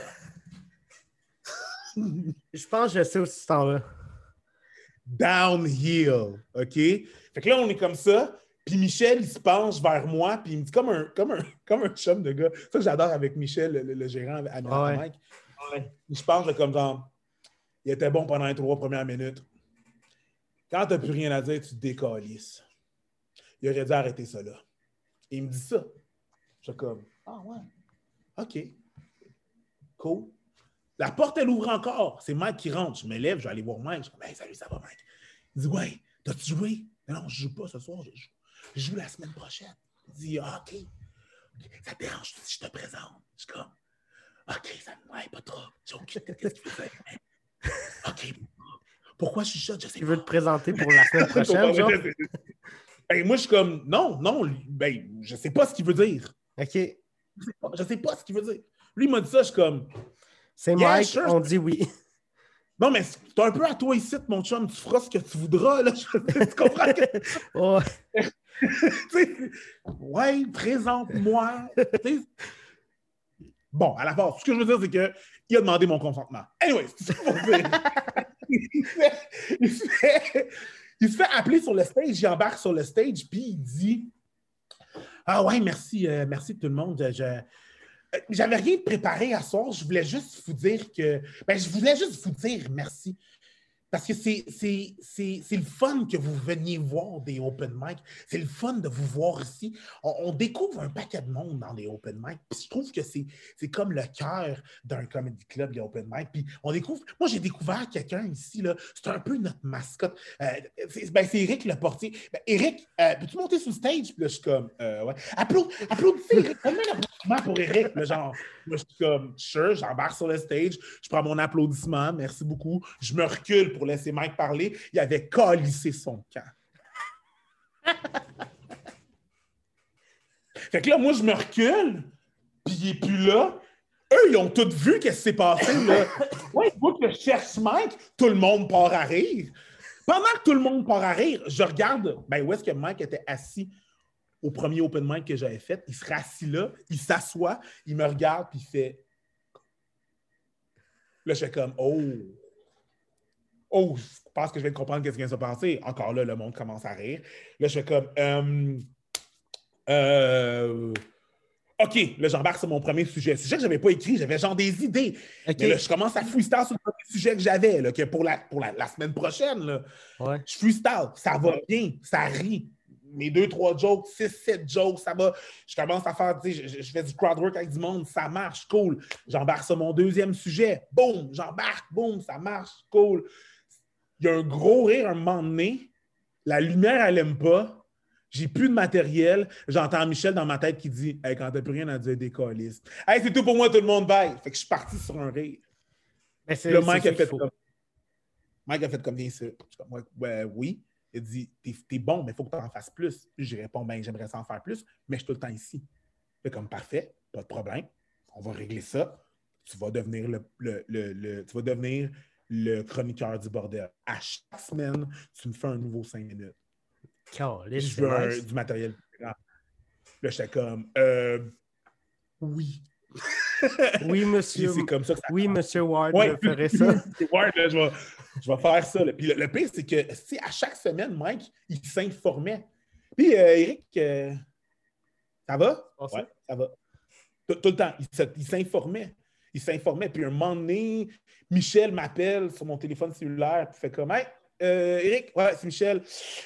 Je pense que je sais où tu t'en vas. Downhill, OK? Fait que là, on est comme ça, puis Michel, il se penche vers moi, puis il me dit comme un chum de gars. Ça que j'adore avec Michel, le gérant à Mike. Ouais. Je pense comme genre, il était bon pendant les 3 premières minutes. Quand tu n'as plus rien à dire, tu te décalisses. Il aurait dû arrêter ça là. Et il me dit ça. Je suis comme, ah ouais, OK. Cool. La porte, elle ouvre encore. C'est Mike qui rentre. Je me lève, je vais aller voir Mike. Je dis, hey, salut, ça va, Mike? Il dit, ouais, t'as-tu joué? Non, je joue pas ce soir, je joue la semaine prochaine. Il dit, ah, OK. Ça te dérange si je te présente? Je suis comme, OK, ça ne m'aide pas trop. J'ai aucune idée qu'est-ce qu'il fait. OK. Pourquoi je suis chaud? Je sais pas. Tu veux te présenter pour la semaine prochaine, genre? Ben, moi, je suis comme, non, ben, je sais pas ce qu'il veut dire. OK. Je sais pas ce qu'il veut dire. Lui, il m'a dit ça, je suis comme... C'est Mike, sure. On dit oui. Non, mais c'est un peu à toi ici, mon chum. Tu feras ce que tu voudras, là. Tu comprends? Ouais, présente-moi. Bon, à la base, ce que je veux dire, c'est qu'il a demandé mon consentement. Anyway, c'est ça pour dire. Il se fait appeler sur le stage, il embarque sur le stage, puis il dit « Ah ouais, merci tout le monde. J'avais rien de préparé à soir. Je voulais juste vous dire que... je voulais juste vous dire merci. Parce que c'est le fun que vous veniez voir des open mic. C'est le fun de vous voir ici. On découvre un paquet de monde dans les open mic. Puis je trouve que c'est comme le cœur d'un comedy club, les open mic. Puis on découvre... Moi, j'ai découvert quelqu'un ici, là. C'est un peu notre mascotte. C'est Eric le portier. Eric, peux-tu monter sur le stage? Puis là, je suis comme... ouais. Applaudissez, Eric. Combien d'applaudissements pour Eric? Là, genre, moi, je suis comme... Sure, j'embarque sur le stage. Je prends mon applaudissement. Merci beaucoup. Je me recule pour laisser Mike parler, il avait calissé son camp. Fait que là, moi, je me recule, puis il n'est plus là. Eux, ils ont tous vu qu'est-ce qui s'est passé, là. Ouais, moi, que je cherche Mike, tout le monde part à rire. Pendant que tout le monde part à rire, je regarde, où est-ce que Mike était assis? au premier open mic que j'avais fait. Il serait assis là, il s'assoit, il me regarde, puis il fait... Là, je fais comme, oh, je pense que je viens de comprendre ce qui vient de se passer. Encore là, le monde commence à rire. Là, je fais comme, OK, là, j'embarque sur mon premier sujet. Sujet que je n'avais pas écrit, j'avais genre des idées. OK. Mais là, je commence à freestyle sur le premier sujet que j'avais, là, que pour la semaine prochaine. Là. Ouais. Je freestyle, ça va bien, ça rit. Mes 2-3 jokes, 6-7 jokes, ça va. Je commence à faire, tu sais, je fais du crowdwork avec du monde, ça marche, cool. J'embarque sur mon deuxième sujet, boum, j'embarque, boum, ça marche, cool. Il y a un gros rire un moment donné, la lumière, elle n'aime pas. J'ai plus de matériel. J'entends Michel dans ma tête qui dit hey, quand t'as plus rien à dire, décolliste. Hey, c'est tout pour moi, tout le monde bye. Fait que je suis parti sur un rire. Le Mike a fait comme. Mike a fait comme bien sûr. Ouais, oui. Il a dit t'es bon, mais il faut que tu en fasses plus. Puis je réponds ben j'aimerais ça en faire plus, mais je suis tout le temps ici. Fait comme parfait, pas de problème. On va régler ça. Tu vas devenir tu vas devenir le chroniqueur du bordel. À chaque semaine, tu me fais un nouveau 5 minutes. Je veux du matériel. Là, j'étais comme oui. Oui, monsieur. C'est comme ça que ça oui, monsieur Ward, je ferais ça. Ward, là, je vais faire ça. Là. Puis le pire, c'est que à chaque semaine, Mike, il s'informait. Puis Eric, ça va? Ouais, ça va. Tout le temps, il s'informait. Il s'informait. Puis un moment donné, Michel m'appelle sur mon téléphone cellulaire puis fait comme hey, Eric, ouais, c'est Michel.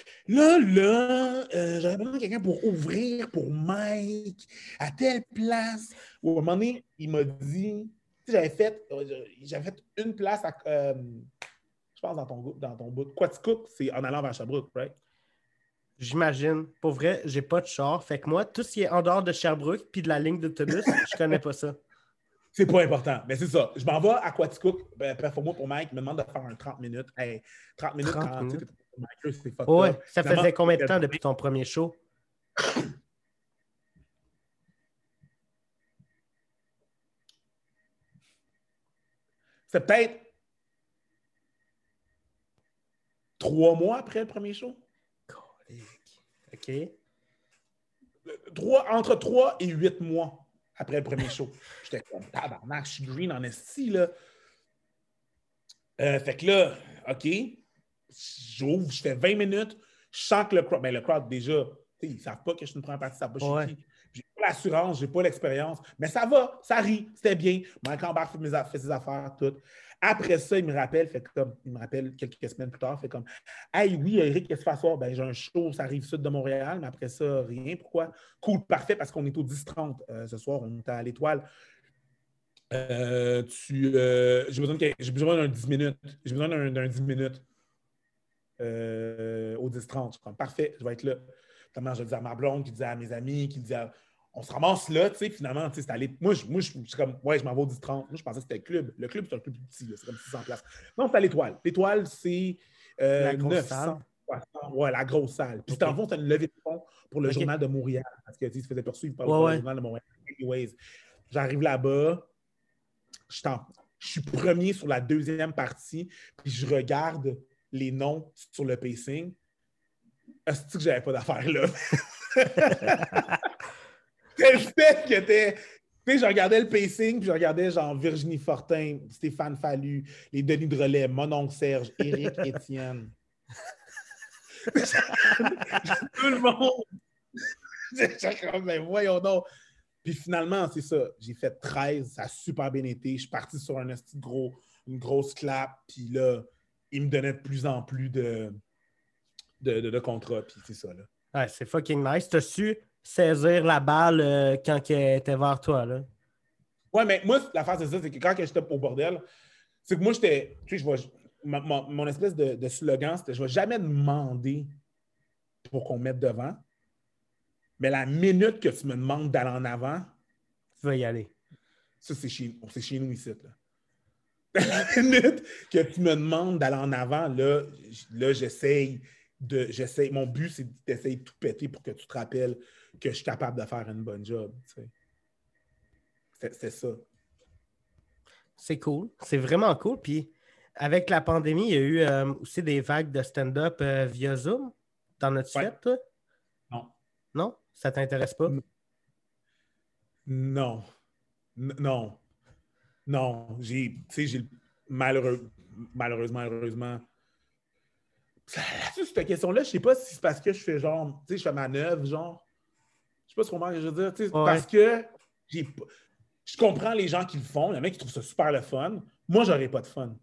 Là, j'aurais besoin de quelqu'un pour ouvrir pour Mike à telle place. Ou à un moment donné, il m'a dit, tu sais, j'avais fait une place à, je pense dans ton bout. Quaticook, c'est en allant vers Sherbrooke, right? J'imagine. Pour vrai, j'ai pas de char. Fait que moi, tout ce qui est en dehors de Sherbrooke puis de la ligne d'autobus, je connais pas ça. C'est pas important, mais c'est ça. Je m'en vais à Quaticook, pour moi, pour Mike, il me demande de faire un 30 minutes. Hey, 30 minutes quand tu es c'est fucked up. Ça faisait combien de temps depuis ton premier show? C'est peut-être 3 mois après le premier show. OK. Entre 3 et 8 mois après le premier show. J'étais comme, tabarnak, je suis green en esti, là. Fait que là, OK, j'ouvre, je fais 20 minutes, je sens que le crowd, déjà, ils ne savent pas que je suis une première partie, ça va pas chez qui. J'ai pas l'assurance, j'ai pas l'expérience, mais ça va, ça rit, c'était bien. Mike Lambert fait ses affaires, tout. Après ça, il me rappelle quelques semaines plus tard, fait comme hey, oui, Eric, qu'est-ce que tu fais ce soir? Ben, j'ai un show, ça arrive sud de Montréal, mais après ça, rien. Pourquoi? Cool, parfait, parce qu'on est au 10-30 ce soir, on est à l'Étoile. J'ai besoin d'un 10 minutes. J'ai besoin d'un 10 minutes au 10-30. Je suis comme parfait, je vais être là. Finalement, je le dis à ma blonde, qui disait à mes amis, qui disait on se ramasse là, tu sais, finalement, tu sais, c'est allé. Moi, je suis comme, ouais, je m'en vais au 10-30. Moi, je pensais que c'était le club. Le club, c'est un club plus petit, là, c'est comme 600 places. Non, c'est à l'Étoile. L'Étoile, c'est la grosse 900. Salle. Ouais, la grosse salle. Puis, en fond, c'est une levée de fonds pour le Journal de Montréal. Parce que, tu sais, il se faisait poursuivre par le Journal de Montréal. Anyways, j'arrive là-bas. Je suis premier sur la deuxième partie, puis je regarde les noms sur le pacing. Est-ce que j'avais pas d'affaires là? C'est le fait que tu sais, je regardais le pacing, puis je regardais genre Virginie Fortin, Stéphane Fallu, les Denis de Relais, mon oncle Serge, Éric Étienne. Tout le monde! J'ai comme, ben voyons donc! Puis finalement, c'est ça. J'ai fait 13, ça a super bien été. Je suis parti sur une grosse clap. Puis là, il me donnait de plus en plus de contrats. Puis c'est ça, là. Ouais, c'est fucking nice. T'as su saisir la balle quand elle était vers toi, là. Ouais, mais moi, l'affaire, c'est ça. C'est que quand j'étais au bordel, c'est que moi, j'étais... Tu sais, mon espèce de slogan, c'était « Je ne vais jamais demander pour qu'on me mette devant. Mais la minute que tu me demandes d'aller en avant, tu vas y aller. » Ça, c'est chez nous ici. Là. La minute que tu me demandes d'aller en avant, là j'essaye. Mon but, c'est d'essayer de tout péter pour que tu te rappelles que je suis capable de faire une bonne job. Tu sais. C'est ça. C'est cool. C'est vraiment cool. Puis avec la pandémie, il y a eu aussi des vagues de stand-up via Zoom. T'en as-tu fait, toi? Non. Non? Ça t'intéresse pas? Non. Non. Non. J'ai malheureusement, heureusement. Cette question-là, je sais pas si c'est parce que je fais genre, tu sais, je fais ma manœuvre, genre. Je sais pas ce qu'on je veux dire. Tu sais, Ouais. parce que je comprends les gens qui le font. Il y en a qui trouvent ça super le fun. Moi, j'aurais pas de fun.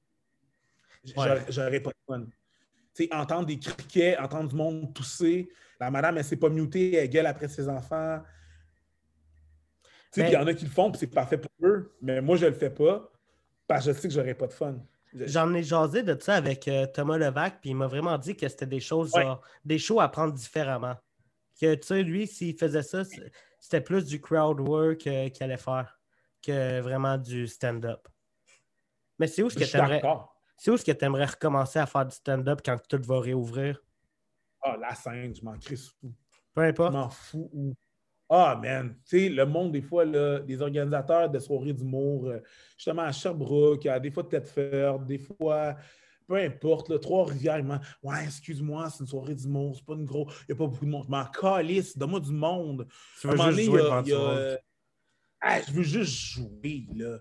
J'aurais pas de fun. Tu sais, entendre des criquets, entendre du monde tousser. La madame, elle s'est pas mutée, elle gueule après ses enfants. Tu sais, puis il y en a qui le font, puis c'est parfait pour eux. Mais moi, je le fais pas, parce que je sais que j'aurais pas de fun. J'en ai jasé de ça avec Thomas Levac, puis il m'a vraiment dit que c'était des choses, genre, des shows à prendre différemment. Que, tu sais, lui, s'il faisait ça, c'était plus du crowd work qu'il allait faire que vraiment du stand-up. Mais c'est où ce que tu aimerais recommencer à faire du stand-up quand tout va réouvrir? Ah, la scène, je m'en crisse fou. Peu importe. Je m'en fous. Ah, man, tu sais, le monde, des fois, là, des organisateurs de soirées d'humour, justement à Sherbrooke, des fois Tedford, des fois, peu importe, là, Trois-Rivières, ouais, excuse-moi, c'est une soirée d'humour, c'est pas une grosse, il n'y a pas beaucoup de monde. Je m'en calisse, donne-moi du monde. Tu veux juste jouer devant tout le monde. Je veux juste jouer, là.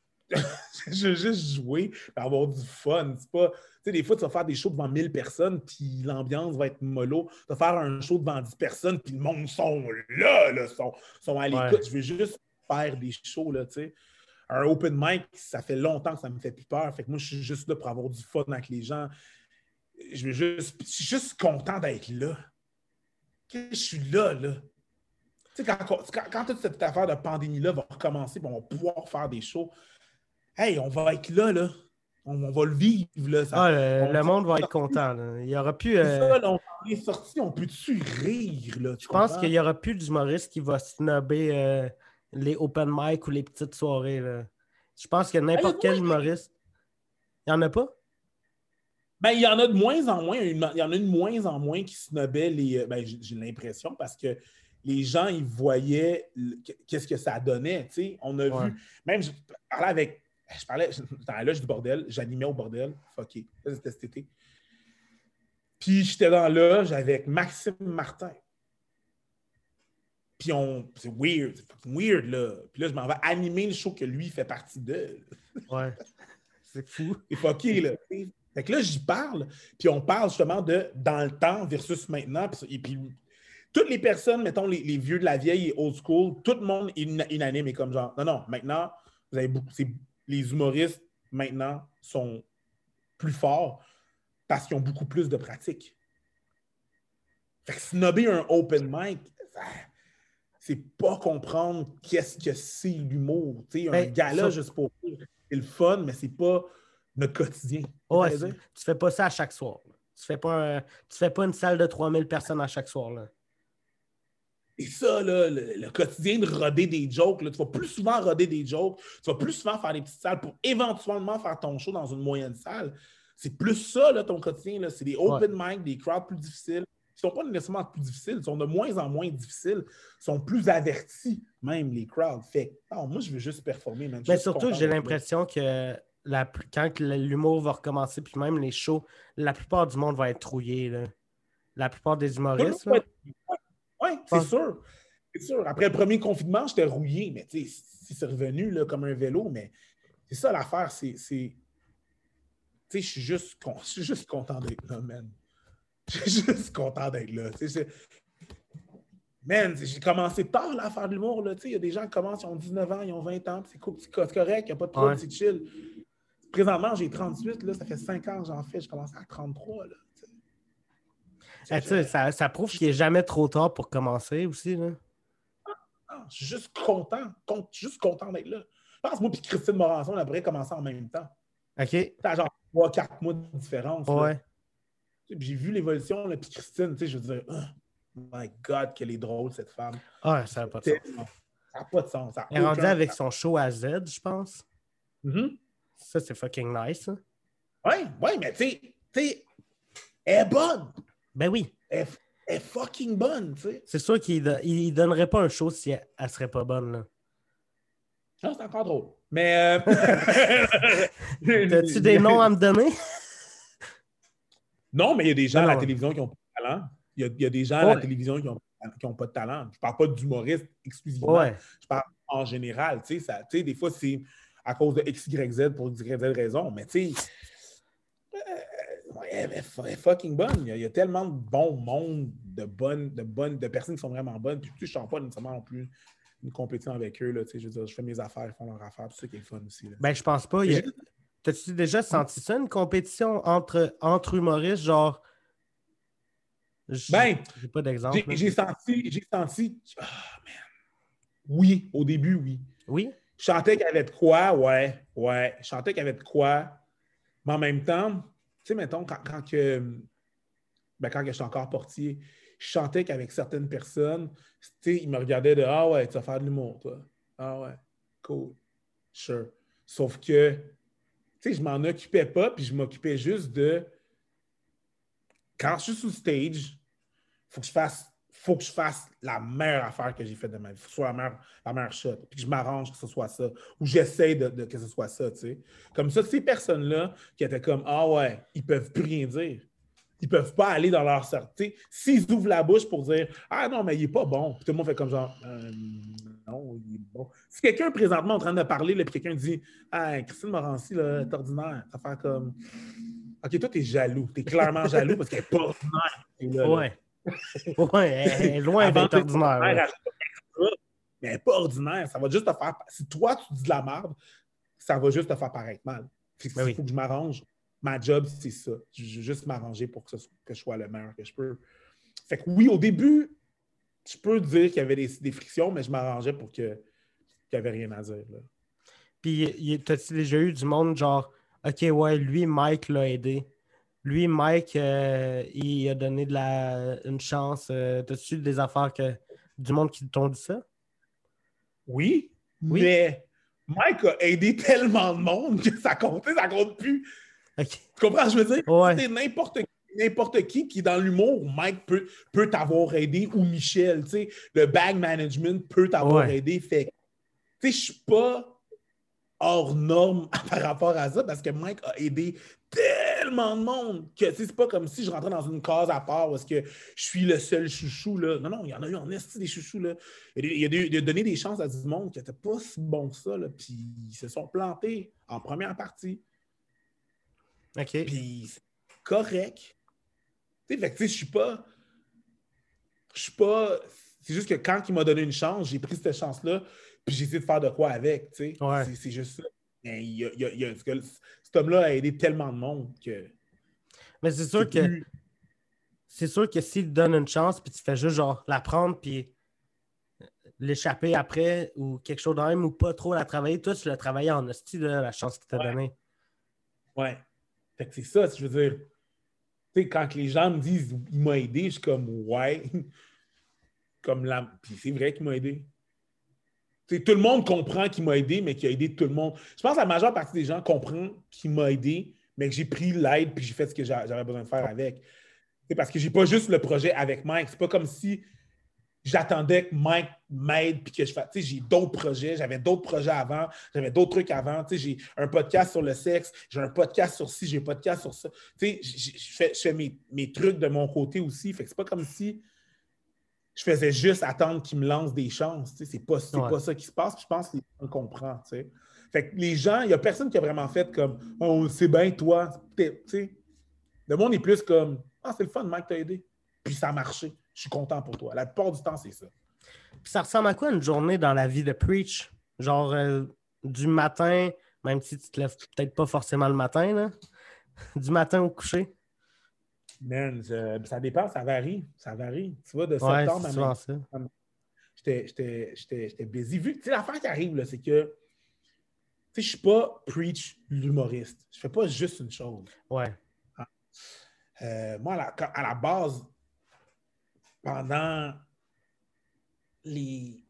Je veux juste jouer et avoir du fun. C'est pas. Tu sais, des fois, tu vas faire des shows devant 1000 personnes, puis l'ambiance va être mollo. Tu vas faire un show devant 10 personnes, puis le monde sont là, sont à l'écoute. Ouais. Je veux juste faire des shows, là, tu sais. Un open mic, ça fait longtemps que ça me fait plus peur. Fait que moi, je suis juste là pour avoir du fun avec les gens. Je suis juste content d'être là. Je suis là. Tu sais, quand toute cette affaire de pandémie-là va recommencer, on va pouvoir faire des shows. Hey, on va être là. On va le vivre, là. Le monde va être content, là. Il y aura plus... C'est ça, là, on est sorti, on peut-tu rire, là? Je pense qu'il n'y aura plus d'humoriste qui va snobber les open mic ou les petites soirées, là. Je pense que n'importe quel humoriste... Il n'y en a pas? Ben, il y en a de moins en moins. Il y en a de moins en moins qui snobbaient les... Ben, j'ai l'impression, parce que les gens, ils voyaient qu'est-ce que ça donnait, tu sais. On a vu... Même, je parlais dans la loge du bordel, j'animais au bordel. Fucké. Ça, c'était cet été. Puis j'étais dans la loge avec Maxime Martin. Puis c'est weird, c'est fucking weird, là. Puis là, je m'en vais animer le show que lui fait partie de. Ouais. C'est fou. C'est fucké, là. Fait que là, j'y parle, puis on parle justement de dans le temps versus maintenant. Et puis toutes les personnes, mettons les vieux de la vieille et old school, tout le monde est unanime et comme genre, non, maintenant, vous avez les humoristes, maintenant, sont plus forts parce qu'ils ont beaucoup plus de pratique. Fait que snobber un open mic, c'est pas comprendre qu'est-ce que c'est l'humour. Tu sais, un gala, juste pour dire, c'est le fun, mais c'est pas notre quotidien. Ouais, tu fais pas ça à chaque soir. Tu fais pas une salle de 3000 personnes à chaque soir, là. Et ça, là, le quotidien de roder des jokes, là, tu vas plus souvent roder des jokes, tu vas plus souvent faire des petites salles pour éventuellement faire ton show dans une moyenne salle. C'est plus ça, là, ton quotidien. Là. C'est des open mic, des crowds plus difficiles. Ils ne sont pas nécessairement plus difficiles, ils sont de moins en moins difficiles. Ils sont plus avertis, même, les crowds. Fait non, moi, je veux juste performer. Man. Mais surtout, j'ai l'impression que quand l'humour va recommencer, puis même les shows, la plupart du monde va être trouillé. Là. La plupart des humoristes. Oui, c'est sûr. C'est sûr. Après le premier confinement, j'étais rouillé, mais tu sais, c'est revenu là, comme un vélo, mais c'est ça l'affaire, tu sais, je suis juste content d'être là, man. Je suis juste content d'être là. Man, j'ai commencé tard là, à faire de l'humour. Il y a des gens qui commencent, ils ont 19 ans, ils ont 20 ans, c'est cool, c'est correct, il n'y a pas de trouble, c'est chill. Présentement, j'ai 38, là, ça fait 5 ans que j'en fais, je commence à 33. Là. Ça prouve qu'il n'est jamais trop tard pour commencer aussi. Là. Non, je suis juste content d'être là. Je pense que moi et Christine Morançon, on devrait commencer en même temps. OK. T'as genre 3-4 mois de différence. Ouais. J'ai vu l'évolution, puis Christine, je veux dire, oh my God, qu'elle est drôle, cette femme. Ah, ça n'a pas de sens. Ça n'a pas de sens. Elle est rendue avec son show à Z, je pense. Mm-hmm. Ça, c'est fucking nice. Hein? Oui, mais tu sais, elle est bonne. Ben oui. Elle est fucking bonne, tu sais. C'est sûr qu'il ne donnerait pas un show si elle ne serait pas bonne. Là. Non, c'est encore drôle. Mais. As-tu des noms à me donner? Non, mais il y a des gens à la télévision qui ont pas de talent. Il y a des gens à la télévision qui ont pas qui ont pas de talent. Je parle pas d'humoristes exclusivement. Ouais. Je parle en général. Tu sais, des fois, c'est à cause de X, Y, Z pour X, Y, Z raison. Mais tu sais, elle est fucking bonne. Il y a tellement de bon monde, de personnes qui sont vraiment bonnes. Puis je ne sens pas nécessairement non plus une compétition avec eux. Là, je veux dire, je fais mes affaires, ils font leur affaire. C'est ça qui est fun aussi. Là, Ben, je pense pas. T'as-tu déjà senti ça, une compétition entre humoristes, genre. Ben, J'ai pas d'exemple. j'ai senti. Ah, man. Oui, au début, oui. Oui? Je sentais qu'il y avait de quoi, ouais. Je sentais qu'il y avait de quoi. Mais en même temps, tu sais, mettons, quand je suis encore portier, je sentais qu'avec certaines personnes, tu sais, ils me regardaient de ah ouais, tu vas faire de l'humour, toi. Ah ouais, cool, sure. Sauf que, tu sais, je m'en occupais pas, puis je m'occupais juste de quand je suis sous stage, faut que je fasse la meilleure affaire que j'ai faite de ma vie. Faut que ce soit la meilleure shot. Puis que je m'arrange que ce soit ça. Ou j'essaie que ce soit ça, tu sais. Comme ça, ces personnes-là qui étaient comme ah ouais, ils peuvent plus rien dire. Ils peuvent pas aller dans leur sortie. S'ils ouvrent la bouche pour dire ah non, mais il est pas bon. Puis tout le monde fait comme genre non, il est bon. Si quelqu'un présentement est en train de parler, là, puis quelqu'un dit ah, Christine Morancy, là, t'es ordinaire. Ça fait comme OK, toi, t'es jaloux. T'es clairement jaloux parce qu'elle est pas ordinaire. Là, ouais. Ouais, elle est loin d'être ordinaire. Mais elle n'est pas ordinaire. Ça va juste te faire. Si toi, tu dis de la merde, ça va juste te faire paraître mal. Il faut que je m'arrange. Ma job, c'est ça. Je veux juste m'arranger pour que je sois le meilleur que je peux. Fait que oui, au début, je peux dire qu'il y avait des frictions, mais je m'arrangeais pour qu'il n'y avait rien à dire. Là. Puis, t'as-tu déjà eu du monde genre, OK, ouais, lui, Mike l'a aidé. Lui, Mike, il a donné une chance. T'as-tu eu des affaires du monde qui t'ont dit ça? Oui, mais Mike a aidé tellement de monde que ça compte plus. Okay. Tu comprends ce que je veux dire? Ouais. C'est n'importe qui dans l'humour, Mike peut t'avoir aidé, ou Michel, tu sais, le bag management peut t'avoir aidé. Fait que, tu sais, je suis pas hors norme par rapport à ça parce que Mike a aidé tellement de monde que c'est pas comme si je rentrais dans une case à part parce que je suis le seul chouchou. Là. Non, il y en a eu en esti des chouchous. Là. Il a donné des chances à du monde qui n'était pas si bon que ça. Là, puis ils se sont plantés en première partie. OK. Puis c'est correct. Fait que je suis pas. C'est juste que quand il m'a donné une chance, j'ai pris cette chance-là, puis j'ai essayé de faire de quoi avec. Ouais. C'est juste ça. Mais cet homme-là a aidé tellement de monde que. Mais c'est sûr que. C'est sûr que s'il te donne une chance, puis tu fais juste genre la prendre, puis l'échapper après, ou quelque chose de même, ou pas trop la travailler, toi, tu l'as travaillé en hostie, la chance qu'il t'a donnée. Ouais. Fait que c'est ça, je veux dire. Tu sais, quand les gens me disent il m'a aidé, je suis comme ouais. Puis c'est vrai qu'il m'a aidé. T'sais, tout le monde comprend qu'il m'a aidé, mais qu'il a aidé tout le monde. Je pense que la majeure partie des gens comprennent qu'il m'a aidé, mais que j'ai pris l'aide puis j'ai fait ce que j'avais besoin de faire avec. C'est parce que j'ai pas juste le projet avec Mike. C'est pas comme si j'attendais que Mike m'aide puis que je fasse. J'ai d'autres projets. J'avais d'autres projets avant. J'avais d'autres trucs avant. J'ai un podcast sur le sexe. J'ai un podcast sur ci. J'ai un podcast sur ça. Je fais mes trucs de mon côté aussi. Fait que c'est pas comme si je faisais juste attendre qu'ils me lancent des chances. C'est pas ça qui se passe. Je pense que les gens comprennent. Fait que les gens, il n'y a personne qui a vraiment fait comme oh, c'est bien toi. Le monde est plus comme ah, c'est le fun, Mike t'a aidé. Puis ça a marché. Je suis content pour toi. La plupart du temps, c'est ça. Puis ça ressemble à quoi une journée dans la vie de Preach? Genre du matin, même si tu te lèves peut-être pas forcément le matin, là, du matin au coucher? Man, ça dépend, ça varie. Ça varie. Tu vois, de septembre à souvent ça. J'étais busy. Vu que l'affaire qui arrive, là, c'est que je suis pas Preach l'humoriste. Je fais pas juste une chose. Ouais. Moi, à la base, pendant les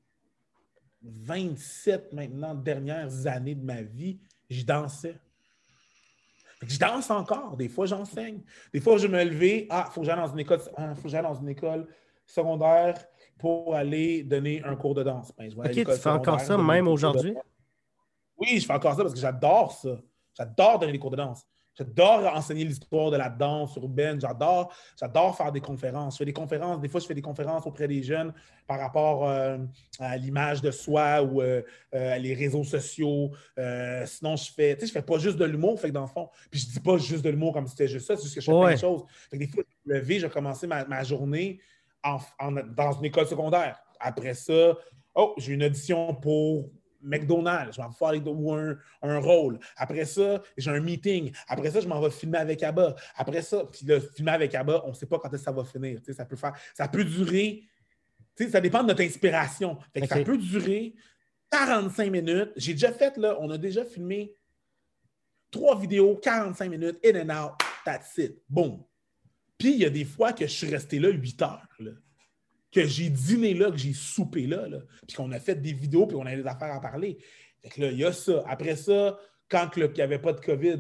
27 maintenant dernières années de ma vie, je dansais. Je danse encore. Des fois, j'enseigne. Des fois, je me levais. Il faut que j'aille dans une école secondaire pour aller donner un cours de danse. Ben, OK, tu fais encore ça même aujourd'hui? Oui, je fais encore ça parce que j'adore ça. J'adore donner des cours de danse. J'adore enseigner l'histoire de la danse urbaine. J'adore faire des conférences. Je fais des conférences. Des fois, je fais des conférences auprès des jeunes par rapport à l'image de soi ou les réseaux sociaux. Sinon, je fais pas juste de l'humour. Fait que dans le fond, puis je dis pas juste de l'humour comme si c'était juste ça. C'est juste que je fais plein de Ouais. choses. Fait que des fois, je me lever, je vais commencer ma journée dans une école secondaire. Après ça, j'ai une audition pour McDonald's, je m'en vais faire un rôle. Après ça, j'ai un meeting. Après ça, je m'en vais filmer avec Abba. Après ça, puis le filmer avec Abba, on ne sait pas quand est-ce que ça va finir. Ça peut durer, ça dépend de notre inspiration. Fait que OK. ça peut durer 45 minutes. J'ai déjà fait, là, on a déjà filmé 3 vidéos, 45 minutes, in and out, that's it. Boom. Puis il y a des fois que je suis resté là 8 heures. Là. Que j'ai dîné là, que j'ai soupé là, puis qu'on a fait des vidéos, puis on a des affaires à parler. Fait que là, il y a ça. Après ça, quand il n'y avait pas de COVID,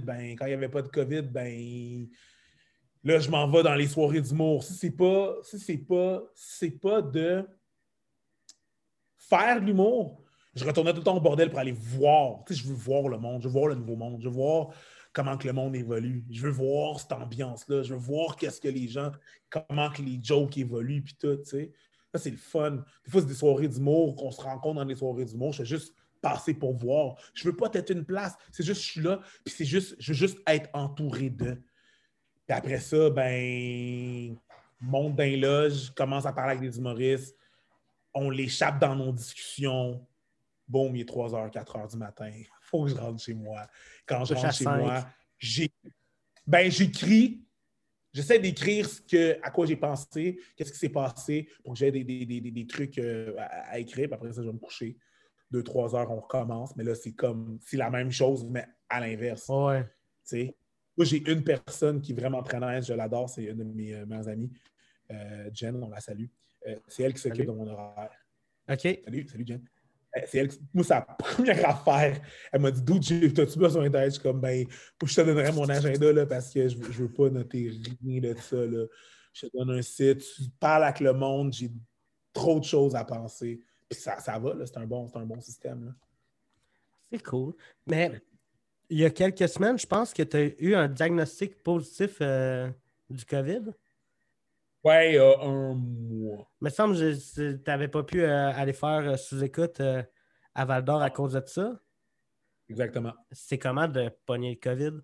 là, je m'en vais dans les soirées d'humour. Si c'est pas de faire de l'humour, je retournais tout le temps au bordel pour aller voir. Tu sais, je veux voir le monde, je veux voir le nouveau monde, je veux voir comment que le monde évolue. Je veux voir cette ambiance-là, je veux voir comment que les jokes évoluent, puis tout, tu sais. Ça, c'est le fun. Des fois, c'est des soirées d'humour, qu'on se rencontre dans des soirées d'humour. Je fais juste passer pour voir. Je veux pas être une place. C'est juste, je suis là, puis je veux juste être entouré d'eux. Puis après ça, monte dans les loges, commence à parler avec des humoristes, on l'échappe dans nos discussions. Boum, il est 3h, 4h du matin. Il faut que je rentre chez moi. Quand je rentre chez moi, j'écris. J'essaie d'écrire à quoi j'ai pensé, qu'est-ce qui s'est passé pour que j'aie des trucs à écrire. Puis après ça, je vais me coucher. 2-3 heures, on recommence. Mais là, c'est la même chose, mais à l'inverse. Ouais. T'sais? Moi, j'ai une personne qui est vraiment très nice. Je l'adore. C'est une de mes meilleures amies. Jen, on la salue. C'est elle qui s'occupe de mon horaire. OK. Salut Jen. C'est elle, moi, sa première affaire. Elle m'a dit, Dude, t'as-tu besoin d'aide? Je suis comme, je te donnerai mon agenda là, parce que je veux pas noter rien de ça. Là. Je te donne un site, tu parles avec le monde, j'ai trop de choses à penser. Puis ça va, là, c'est un bon système. Là. C'est cool. Mais il y a quelques semaines, je pense que tu as eu un diagnostic positif du COVID. Ouais, il y a un mois. Il me semble que tu n'avais pas pu aller faire sous-écoute à Val-d'Or à cause de ça. Exactement. C'est comment de pogner le COVID?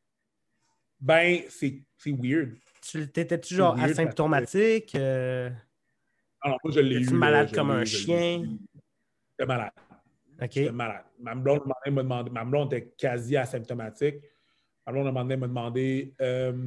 C'est weird. T'étais-tu genre asymptomatique? Alors, moi, je l'ai eu. Malade comme un chien? J'étais malade. OK. J'étais malade. Ma blonde était quasi asymptomatique. Ma blonde, m'a demandé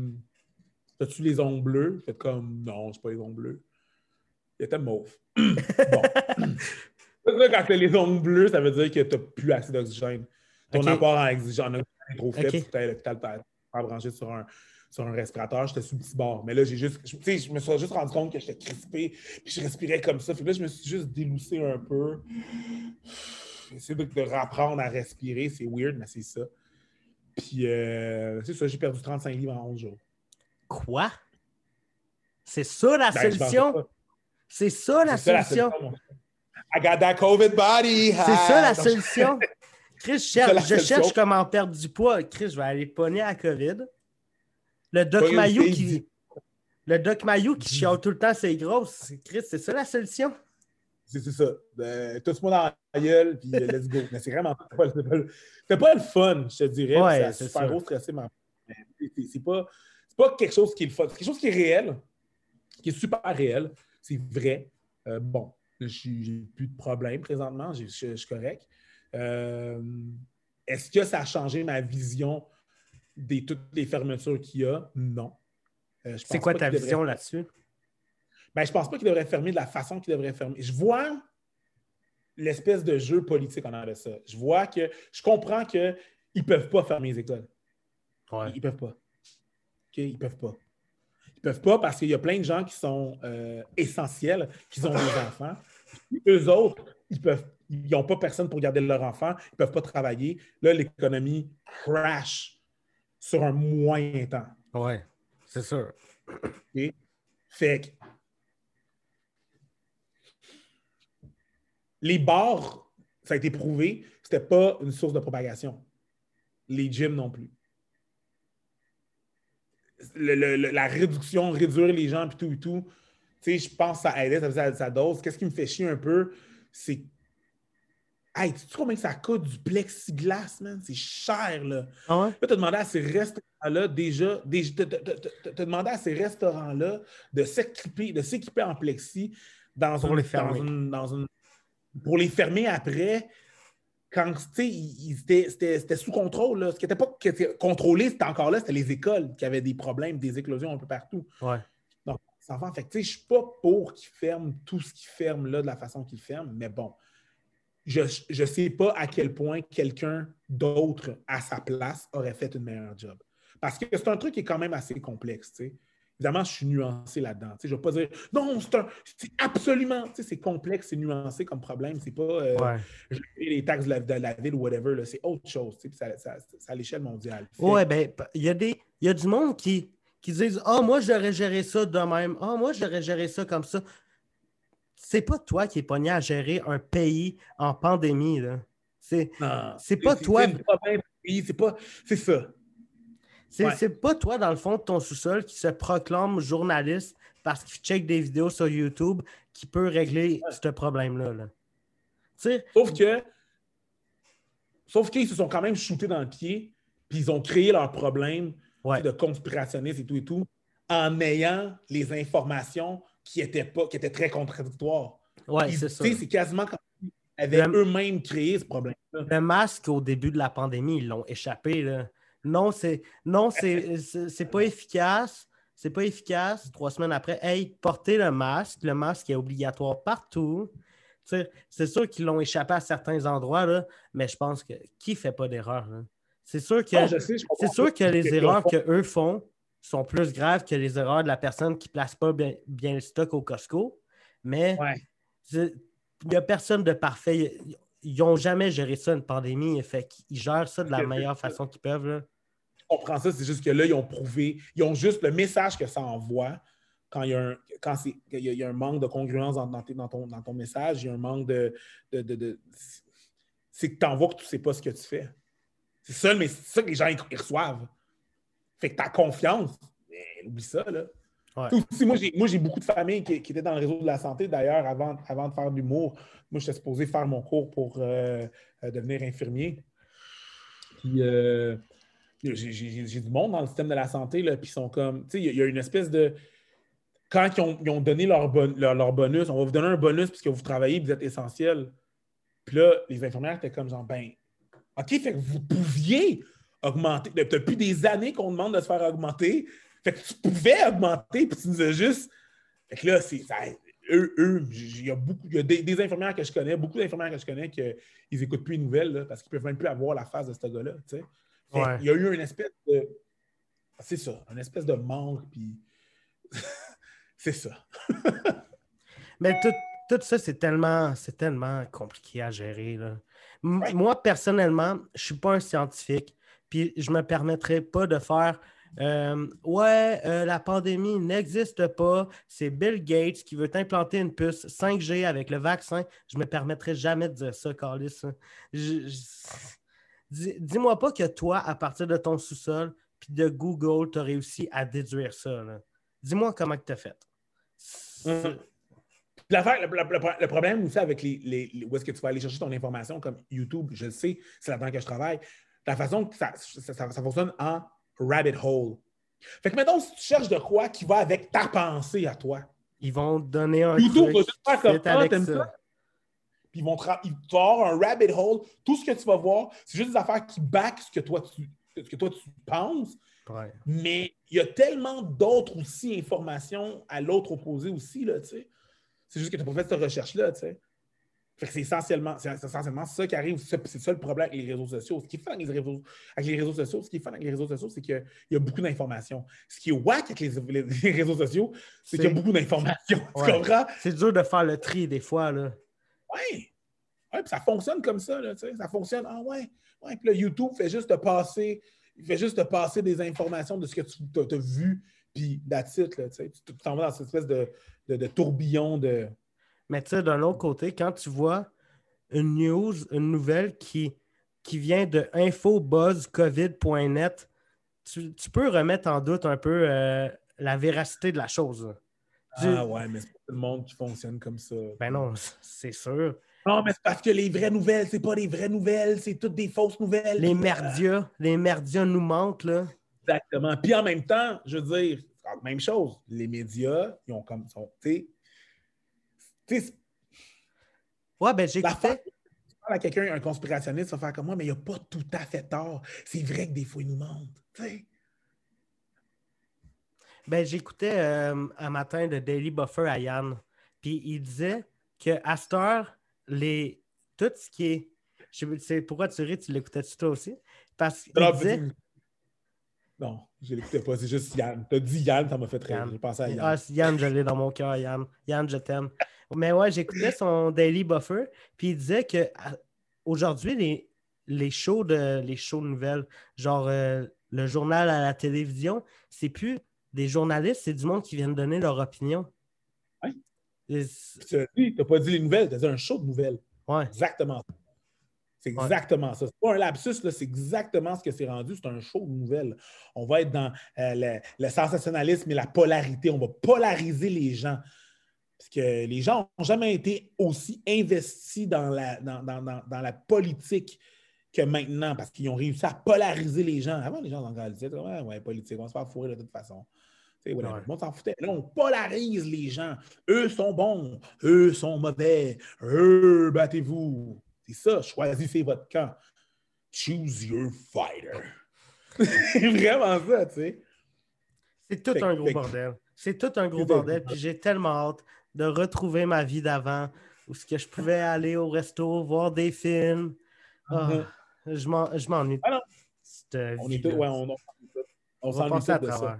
as-tu les ongles bleus? J'ai fait comme non, c'est pas les ongles bleus. Il était mauve. Bon. Quand tu as les ongles bleus, ça veut dire que tu n'as plus assez d'oxygène. Ton apport en oxygène est trop faible. Il faut que tu ailles à l'hôpital pour brancher sur un respirateur. J'étais sous le petit bord. Mais là, je me suis juste rendu compte que j'étais crispé. Puis je respirais comme ça. Puis là, je me suis juste déloussé un peu. Essayer de rapprendre à respirer. C'est weird, mais c'est ça. Puis c'est ça, j'ai perdu 35 livres en 11 jours. Quoi? C'est ça la solution? C'est ça la solution? I got that COVID body! C'est ça la solution? Chris, je cherche comment perdre du poids. Chris, je vais aller pogner à la COVID. Le Doc Mayou qui chiale tout le temps ses grosses. Chris, c'est ça la solution? C'est ça. Touche-moi dans la gueule, puis let's go. Mais c'est vraiment pas le fun, je te dirais. Ouais, c'est super gros stressé. C'est pas quelque chose qui est le fun. C'est quelque chose qui est réel, qui est super réel. C'est vrai. Bon, j'ai plus de problème présentement. Je suis correct. Est-ce que ça a changé ma vision de toutes les fermetures qu'il y a? Non. C'est quoi ta vision là-dessus? Je pense pas qu'il devrait fermer de la façon qu'il devrait fermer. Je vois l'espèce de jeu politique en arrière de ça. Je comprends qu'ils ne peuvent pas fermer les écoles. Ouais. Ils peuvent pas. Okay? Ils peuvent pas. Ils peuvent pas parce qu'il y a plein de gens qui sont essentiels, qui ont des enfants. Puis eux autres, ils n'ont pas personne pour garder leurs enfants. Ils ne peuvent pas travailler. Là, l'économie crash sur un moyen temps. Ouais, c'est sûr. Okay? Fait que les bars, ça a été prouvé, c'était pas une source de propagation. Les gyms non plus. la réduire les gens, puis tout et tout, tu sais, je pense que ça aidait, ça faisait sa dose. Qu'est-ce qui me fait chier un peu, c'est... Hey, tu sais combien ça coûte du plexiglas, man? C'est cher, là. Ah ouais? Là, tu as demandé à ces restaurants-là, t'as demandé à ces restaurants-là de s'équiper en plexi Pour les fermer. pour les fermer après, quand, tu sais, c'était sous contrôle, là. Ce qui était contrôlé, c'était encore là, c'était les écoles qui avaient des problèmes, des éclosions un peu partout. Ouais. Donc, ça en fait, tu sais, je suis pas pour qu'ils ferment tout ce qu'ils ferment là de la façon qu'ils ferment, mais bon, je ne sais pas à quel point quelqu'un d'autre à sa place aurait fait une meilleure job. Parce que c'est un truc qui est quand même assez complexe, tu sais. Évidemment, je suis nuancé là-dedans. Tu sais, je ne vais pas dire non, c'est absolument, tu sais, c'est complexe, c'est nuancé comme problème. C'est pas Ouais. les taxes de la ville ou whatever, là, c'est autre chose. Tu sais, c'est à l'échelle mondiale. Ouais, ben, il y a du monde qui disent ah, moi, j'aurais géré ça de même. Ah, moi, j'aurais géré ça comme ça. C'est pas toi qui es pogné à gérer un pays en pandémie, là. Non, C'est pas toi. C'est ça. Ouais. C'est pas toi, dans le fond de ton sous-sol, qui se proclame journaliste parce qu'il check des vidéos sur YouTube qui peut régler ce problème-là. Là. Sauf qu'ils se sont quand même shootés dans le pied, puis ils ont créé leur problème de conspirationniste et tout, en ayant les informations qui étaient très contradictoires. Ouais, c'est ça. C'est quasiment comme s'ils avaient eux-mêmes créé ce problème-là. Le masque, au début de la pandémie, ils l'ont échappé. Là. Non, c'est pas efficace. C'est pas efficace. 3 semaines après, hey, portez le masque. Le masque est obligatoire partout. C'est sûr qu'ils l'ont échappé à certains endroits, là, mais je pense que qui fait pas d'erreur? Là? C'est sûr que les erreurs qu'eux font sont plus graves que les erreurs de la personne qui ne place pas bien le stock au Costco. Mais il n'y a personne de parfait. Ils n'ont jamais géré ça, une pandémie. Fait qu'ils gèrent ça de la meilleure façon qu'ils peuvent. Là. Je comprends ça, c'est juste que là, ils ont prouvé, ils ont juste le message que ça envoie. Quand il y a un manque de congruence dans ton message, il y a un manque c'est que tu envoies que tu ne sais pas ce que tu fais. C'est ça que les gens ils reçoivent. Fait que tu as confiance. Mais oublie ça, là. Ouais. Aussi, moi, j'ai beaucoup de familles qui étaient dans le réseau de la santé, d'ailleurs, avant de faire de l'humour. Moi, j'étais supposé faire mon cours pour devenir infirmier. Puis, j'ai du monde dans le système de la santé, là, puis ils sont comme... Tu sais, il y a une espèce de... Quand ils ont donné leur bonus, on va vous donner un bonus puisque vous travaillez, vous êtes essentiel. Puis là, les infirmières étaient comme genre, ben, OK, fait que vous pouviez augmenter. Depuis des années qu'on demande de se faire augmenter. Fait que tu pouvais augmenter, puis tu nous as juste... Fait que là, il y a des infirmières que je connais, beaucoup d'infirmières que je connais qu'ils n'écoutent plus les nouvelles là, parce qu'ils ne peuvent même plus avoir la face de ce gars-là. Tu sais. Il y a eu une espèce de... C'est ça, une espèce de manque, puis... C'est ça. Mais tout ça, c'est tellement compliqué à gérer. Là. Moi, personnellement, je ne suis pas un scientifique, puis je ne me permettrais pas de faire la pandémie n'existe pas, c'est Bill Gates qui veut implanter une puce 5G avec le vaccin. Je ne me permettrais jamais de dire ça, Carlis. Dis-moi pas que toi, à partir de ton sous-sol puis de Google, tu as réussi à déduire ça. Là. Dis-moi comment tu as fait. Le problème aussi avec où est-ce que tu vas aller chercher ton information comme YouTube, je le sais, c'est là-dedans que je travaille. La façon que ça fonctionne en rabbit hole. Fait que maintenant, si tu cherches de quoi qui va avec ta pensée à toi, ils vont te donner un YouTube truc va juste faire comme t'aimes ça. Puis ils vont avoir un rabbit hole. Tout ce que tu vas voir, c'est juste des affaires qui back ce que toi tu penses. Ouais. Mais il y a tellement d'autres aussi informations à l'autre opposé aussi, là, tu sais. C'est juste que tu n'as pas fait cette recherche-là, tu sais. Fait que c'est essentiellement ça qui arrive. C'est ça le problème avec les réseaux sociaux. Ce qui est fun avec les réseaux sociaux, c'est qu'il y a beaucoup d'informations. Ce qui est wack avec les réseaux sociaux, c'est qu'il y a beaucoup d'informations. Ouais. Tu comprends? C'est dur de faire le tri des fois, là. Oui. Ouais, puis ça fonctionne comme ça, là, tu sais. Ça fonctionne. Ah ouais. Puis là, YouTube fait juste te passer des informations de ce que tu as vu, puis that's it, là, tu sais. Tu t'en vas dans cette espèce de tourbillon de... Mais tu sais, d'un autre côté, quand tu vois une nouvelle qui vient de infobuzzcovid.net, tu peux remettre en doute un peu la véracité de la chose. Ouais, mais c'est pas tout le monde qui fonctionne comme ça. Ben non, c'est sûr. Non, mais c'est parce que les vraies nouvelles, c'est pas des vraies nouvelles, c'est toutes des fausses nouvelles. Les merdias nous mentent, là. Exactement. Puis en même temps, je veux dire, même chose. Les médias, ils ont comme. Tu sais, Ouais, ben j'écoutais. à quelqu'un, un conspirationniste, va faire comme moi, mais il n'a pas tout à fait tort. C'est vrai que des fois, il nous mentent. Ben, j'écoutais un matin de Daily Buffer à Yann. Puis il disait qu'à cette heure, tout ce qui est. Je sais pourquoi tu ris, tu l'écoutais-tu toi aussi? Parce qu'il disait. Non, je ne l'écoutais pas, c'est juste Yann. Tu as dit Yann, ça m'a fait rire. J'ai pensé à Yann. Ah, Yann, je l'ai dans mon cœur, Yann. Yann, je t'aime. Mais ouais, j'écoutais son Daily Buffer, puis il disait que aujourd'hui, les shows de nouvelles, genre le journal à la télévision, c'est plus des journalistes, c'est du monde qui viennent donner leur opinion. Ouais. Tu n'as pas dit les nouvelles, tu as dit un show de nouvelles. Ouais. Exactement. C'est exactement ça. C'est pas un lapsus, là, c'est exactement ce que c'est rendu. C'est un show de nouvelles. On va être dans le sensationnalisme et la polarité. On va polariser les gens. Parce que les gens n'ont jamais été aussi investis dans la politique que maintenant, parce qu'ils ont réussi à polariser les gens. Avant, les gens en réalité, ouais, politique, on va se faire fourrer de toute façon. Ouais. Le monde s'en foutait. Là, on polarise les gens. Eux sont bons, eux sont mauvais, eux, battez-vous. C'est ça, choisissez votre camp. Choose your fighter. C'est vraiment ça, tu sais. C'est tout un gros bordel. C'est tout un gros bordel. Puis j'ai tellement hâte de retrouver ma vie d'avant où ce que je pouvais aller au resto, voir des films. Je m'ennuie. Ah non. On va passer à travers.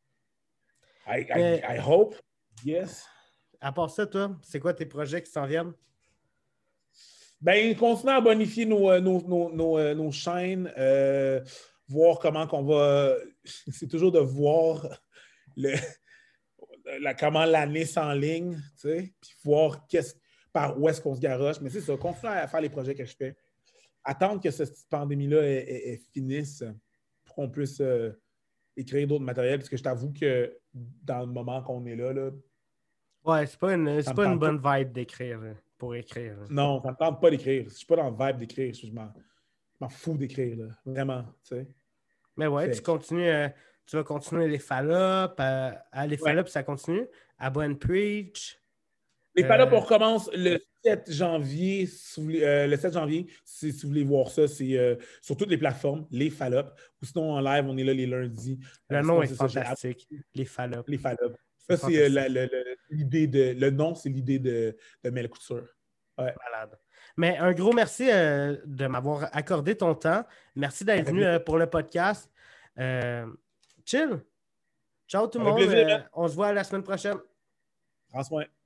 I hope. Yes. À part ça, toi, c'est quoi tes projets qui s'en viennent? Ben, continuer à bonifier nos chaînes, voir comment qu'on va. C'est toujours de voir comment l'année s'enligne, tu sais, puis voir par où est-ce qu'on se garoche. Mais c'est ça, continuer à faire les projets que je fais. Attendre que cette pandémie-là finisse pour qu'on puisse écrire d'autres matériels, parce que je t'avoue que dans le moment qu'on est là, ouais, c'est pas une bonne vibe d'écrire pour écrire. Non, ça ne me tente pas d'écrire. Je suis pas dans le vibe d'écrire. Je m'en fous d'écrire, là. Vraiment, tu sais. Mais ouais, tu vas continuer les Fallops. Les Fallops, ça continue. À Bonne Preach. Les Fallops, on recommence le 7 janvier. Le 7 janvier, si vous voulez voir ça, c'est sur toutes les plateformes, les Fallops. Ou sinon, en live, on est là les lundis. Le nom est fantastique. Les Fallops. Les Fallops. Ça, c'est l'idée de... Le nom, c'est l'idée de Mel Couture. Ouais. Malade. Mais un gros merci de m'avoir accordé ton temps. Merci d'être venu pour le podcast. Chill. Ciao tout le monde. On se voit la semaine prochaine. Prends soin.